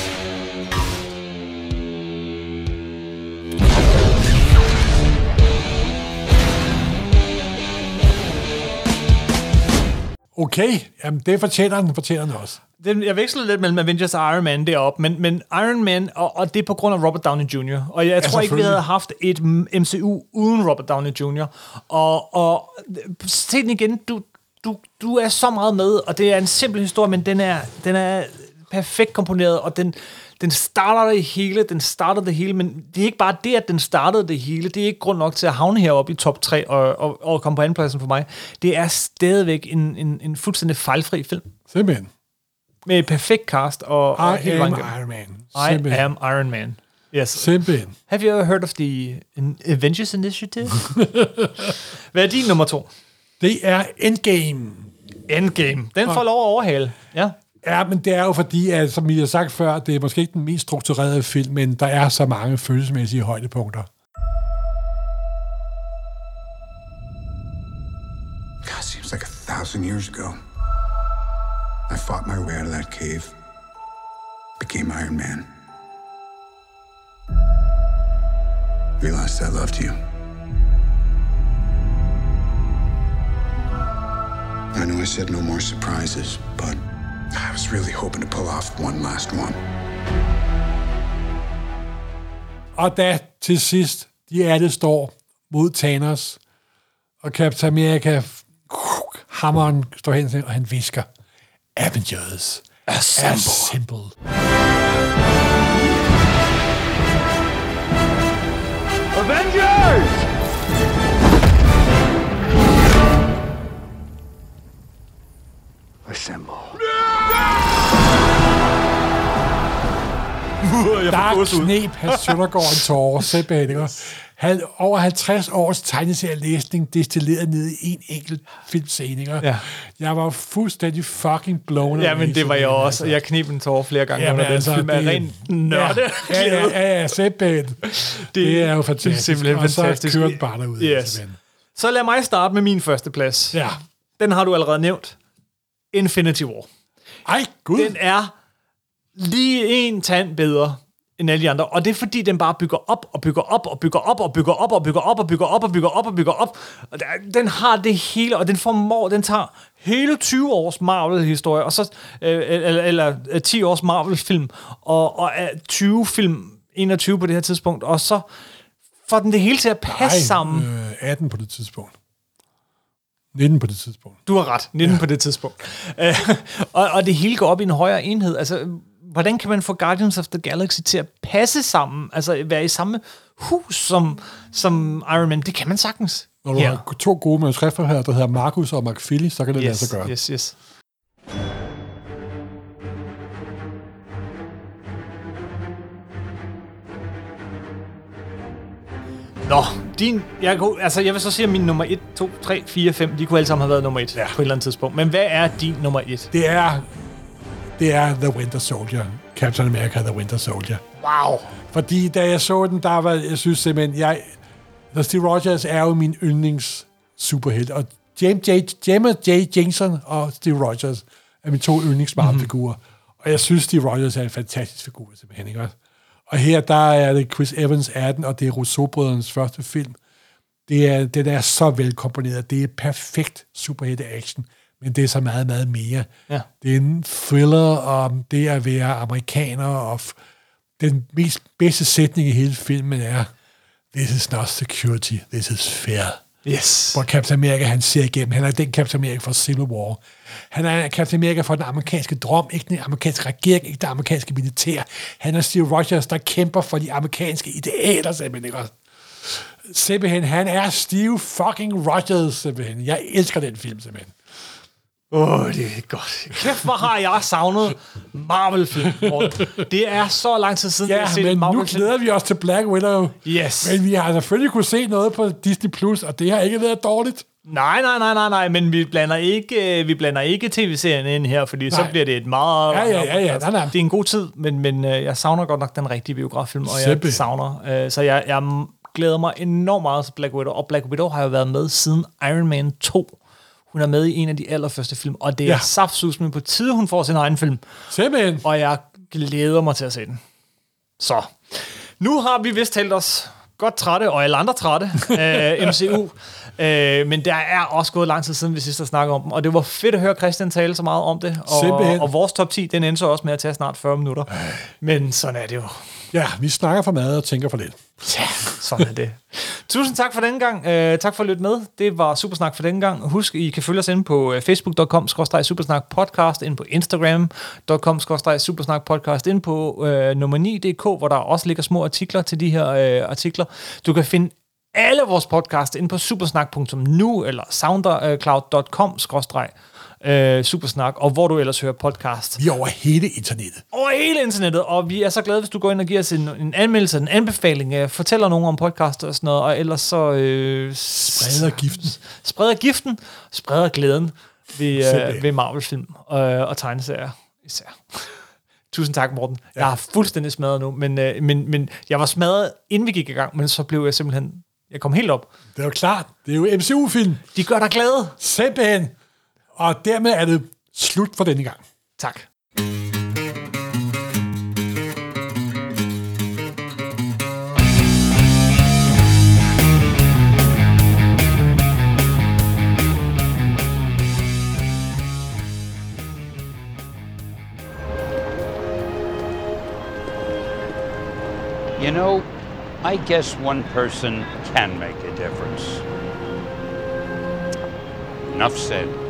Okay, jamen det fortæller den også. Jeg vekslede lidt mellem Avengers og Iron Man deroppe, men Iron Man, og det er på grund af Robert Downey Jr., og jeg tror ikke, vi havde haft et MCU uden Robert Downey Jr., og se den igen, du er så meget med, og det er en simpel historie, men den er perfekt komponeret, og den starter det hele, men det er ikke bare det, at den startede det hele. Det er ikke grund nok til at havne heroppe i top 3 og komme på andenpladsen for mig. Det er stadigvæk en fuldstændig fejlfri film. Simpelthen. Med et perfekt cast og I am Iron Man. I am Iron Man. Yes. Simpelthen. Have you ever heard of the Avengers Initiative? Hvad er din nummer 2? Det er Endgame. Endgame. Den får lov at overhale. Ja. Ja, men det er jo fordi, at, som vi har sagt før, det er måske ikke den mest strukturerede film, men der er så mange følelsesmæssige højdepunkter. God, seems like 1,000 years ago. I fought my way out of that cave. Became Iron Man. Realized I loved you. I know I said no more surprises, but I was really hoping to pull off one last one. Og da til sidst, de alle står mod Thanos, og Captain America, hammeren står hen til, og han visker, Avengers, assemble. Avengers! Assemble. Der knep Hans Søndergaard en tårer, simpelthen. Over 50 års tegneserielæsning destilleret ned i en enkelt filmscene. Ja. Jeg var fuldstændig fucking blown. Ja, men det var jeg også, og jeg knep en tårer flere gange under den film. Er rent nørde. Ja, simpelthen. Det er jo fantastisk. Det er simpelthen fantastisk. Og så kører den bare derud. Yes. Så lad mig starte med min første plads. Ja. Den har du allerede nævnt. Infinity War. Ej, gud. Den er lige en tand bedre end alle de andre, og det er fordi, den bare bygger op, og bygger op, og bygger op, og bygger op, og bygger op, og bygger op, og bygger op, og bygger op. Og den har det hele, og den tager hele 20 års Marvel-historie, og så, eller 10 års Marvel-film, og 20 film, 21 på det her tidspunkt, og så får den det hele til at passe sammen. 18 på det tidspunkt. 19 på det tidspunkt. Du har ret, 19 på det tidspunkt. Og det hele går op i en højere enhed. Altså, hvordan kan man få Guardians of the Galaxy til at passe sammen? Altså, være i samme hus som Iron Man? Det kan man sagtens. Når du har 2 gode manuskripter her, der hedder Marcus og McFeely, så kan det lade sig gøre. Yes. Nå, jeg vil så sige, at min nummer 1, 2, 3, 4, 5, de kunne alle sammen have været nummer 1 på et eller andet tidspunkt. Men hvad er din nummer 1? Det er The Winter Soldier. Captain America, The Winter Soldier. Wow. Fordi da jeg så den, jeg synes simpelthen, Steve Rogers er jo min yndlings superhelt, og James J. Jameson og Steve Rogers er mine 2 yndlings Marvel-figurer. Og jeg synes, Steve Rogers er en fantastisk figur, simpelthen, ikke også? Og her, der er det Chris Evans 18, og det er Rousseau-brødrenes første film. Den er så velkomponeret. Det er perfekt superhelte-action, men det er så meget, meget mere. Ja. Det er en thriller om det at være amerikaner, og den bedste sætning i hele filmen er, this is not security, this is fear. Yes. Hvor Captain America, han ser igennem. Han er den Captain America fra Civil War. Han er Captain America for den amerikanske drøm, ikke den amerikanske regering, ikke det amerikanske militær. Han er Steve Rogers, der kæmper for de amerikanske idealer, simpelthen. Han er Steve fucking Rogers, simpelthen. Jeg elsker den film, simpelthen. Det er godt. Kæft, hvor har jeg savnet Marvel-film. Det er så lang tid siden, jeg har set Marvel-film. Nu glæder vi os til Black Widow. Yes. Men vi har selvfølgelig kunne se noget på Disney+, og det har ikke været dårligt. Nej, men vi blander ikke tv-serien ind her, fordi så bliver det et meget... Ja. Det er en god tid, men jeg savner godt nok den rigtige biograffilm, og jeg savner... Så jeg glæder mig enormt meget til Black Widow, og Black Widow har jo været med siden Iron Man 2. Hun er med i en af de allerførste film, og det er saftsus, men på tide, hun får sin egen film. Simpelthen. Og jeg glæder mig til at se den. Så, nu har vi vist talt os godt trætte, og alle andre trætte af MCU. Men der er også gået lang tid siden, vi sidst har snakket om dem, og det var fedt at høre Christian tale så meget om det. Og vores top 10, den endte så også med at tage snart 40 minutter. Men sådan er det jo. Ja, vi snakker for meget og tænker for lidt. Ja, sådan er det. Tusind tak for denne gang. Tak for at lytte med. Det var Supersnak for denne gang. Husk, I kan følge os inde på facebook.com/supersnakpodcast, inde på instagram.com/supersnakpodcast, inde på nummer9.dk, hvor der også ligger små artikler til de her artikler. Du kan finde alle vores podcasts inde på supersnak.nu eller soundcloud.com/supersnak, og hvor du ellers hører podcast. Vi er over hele internettet. Over hele internettet, og vi er så glade, hvis du går ind og giver os en anmeldelse, en anbefaling, fortæller nogen om podcast og sådan noget, og ellers så... spreder giften. Spreder glæden ved Marvel-film og tegneserier især. Tusind tak, Morten. Ja. Jeg har fuldstændig smadret nu, men jeg var smadret, inden vi gik i gang, men så blev jeg simpelthen... Jeg kom helt op. Det er jo klart. Det er jo MCU-film. De gør dig glade. Simpelthen. Og dermed er det slut for denne gang. Tak. You know, I guess one person can make a difference. Enough said.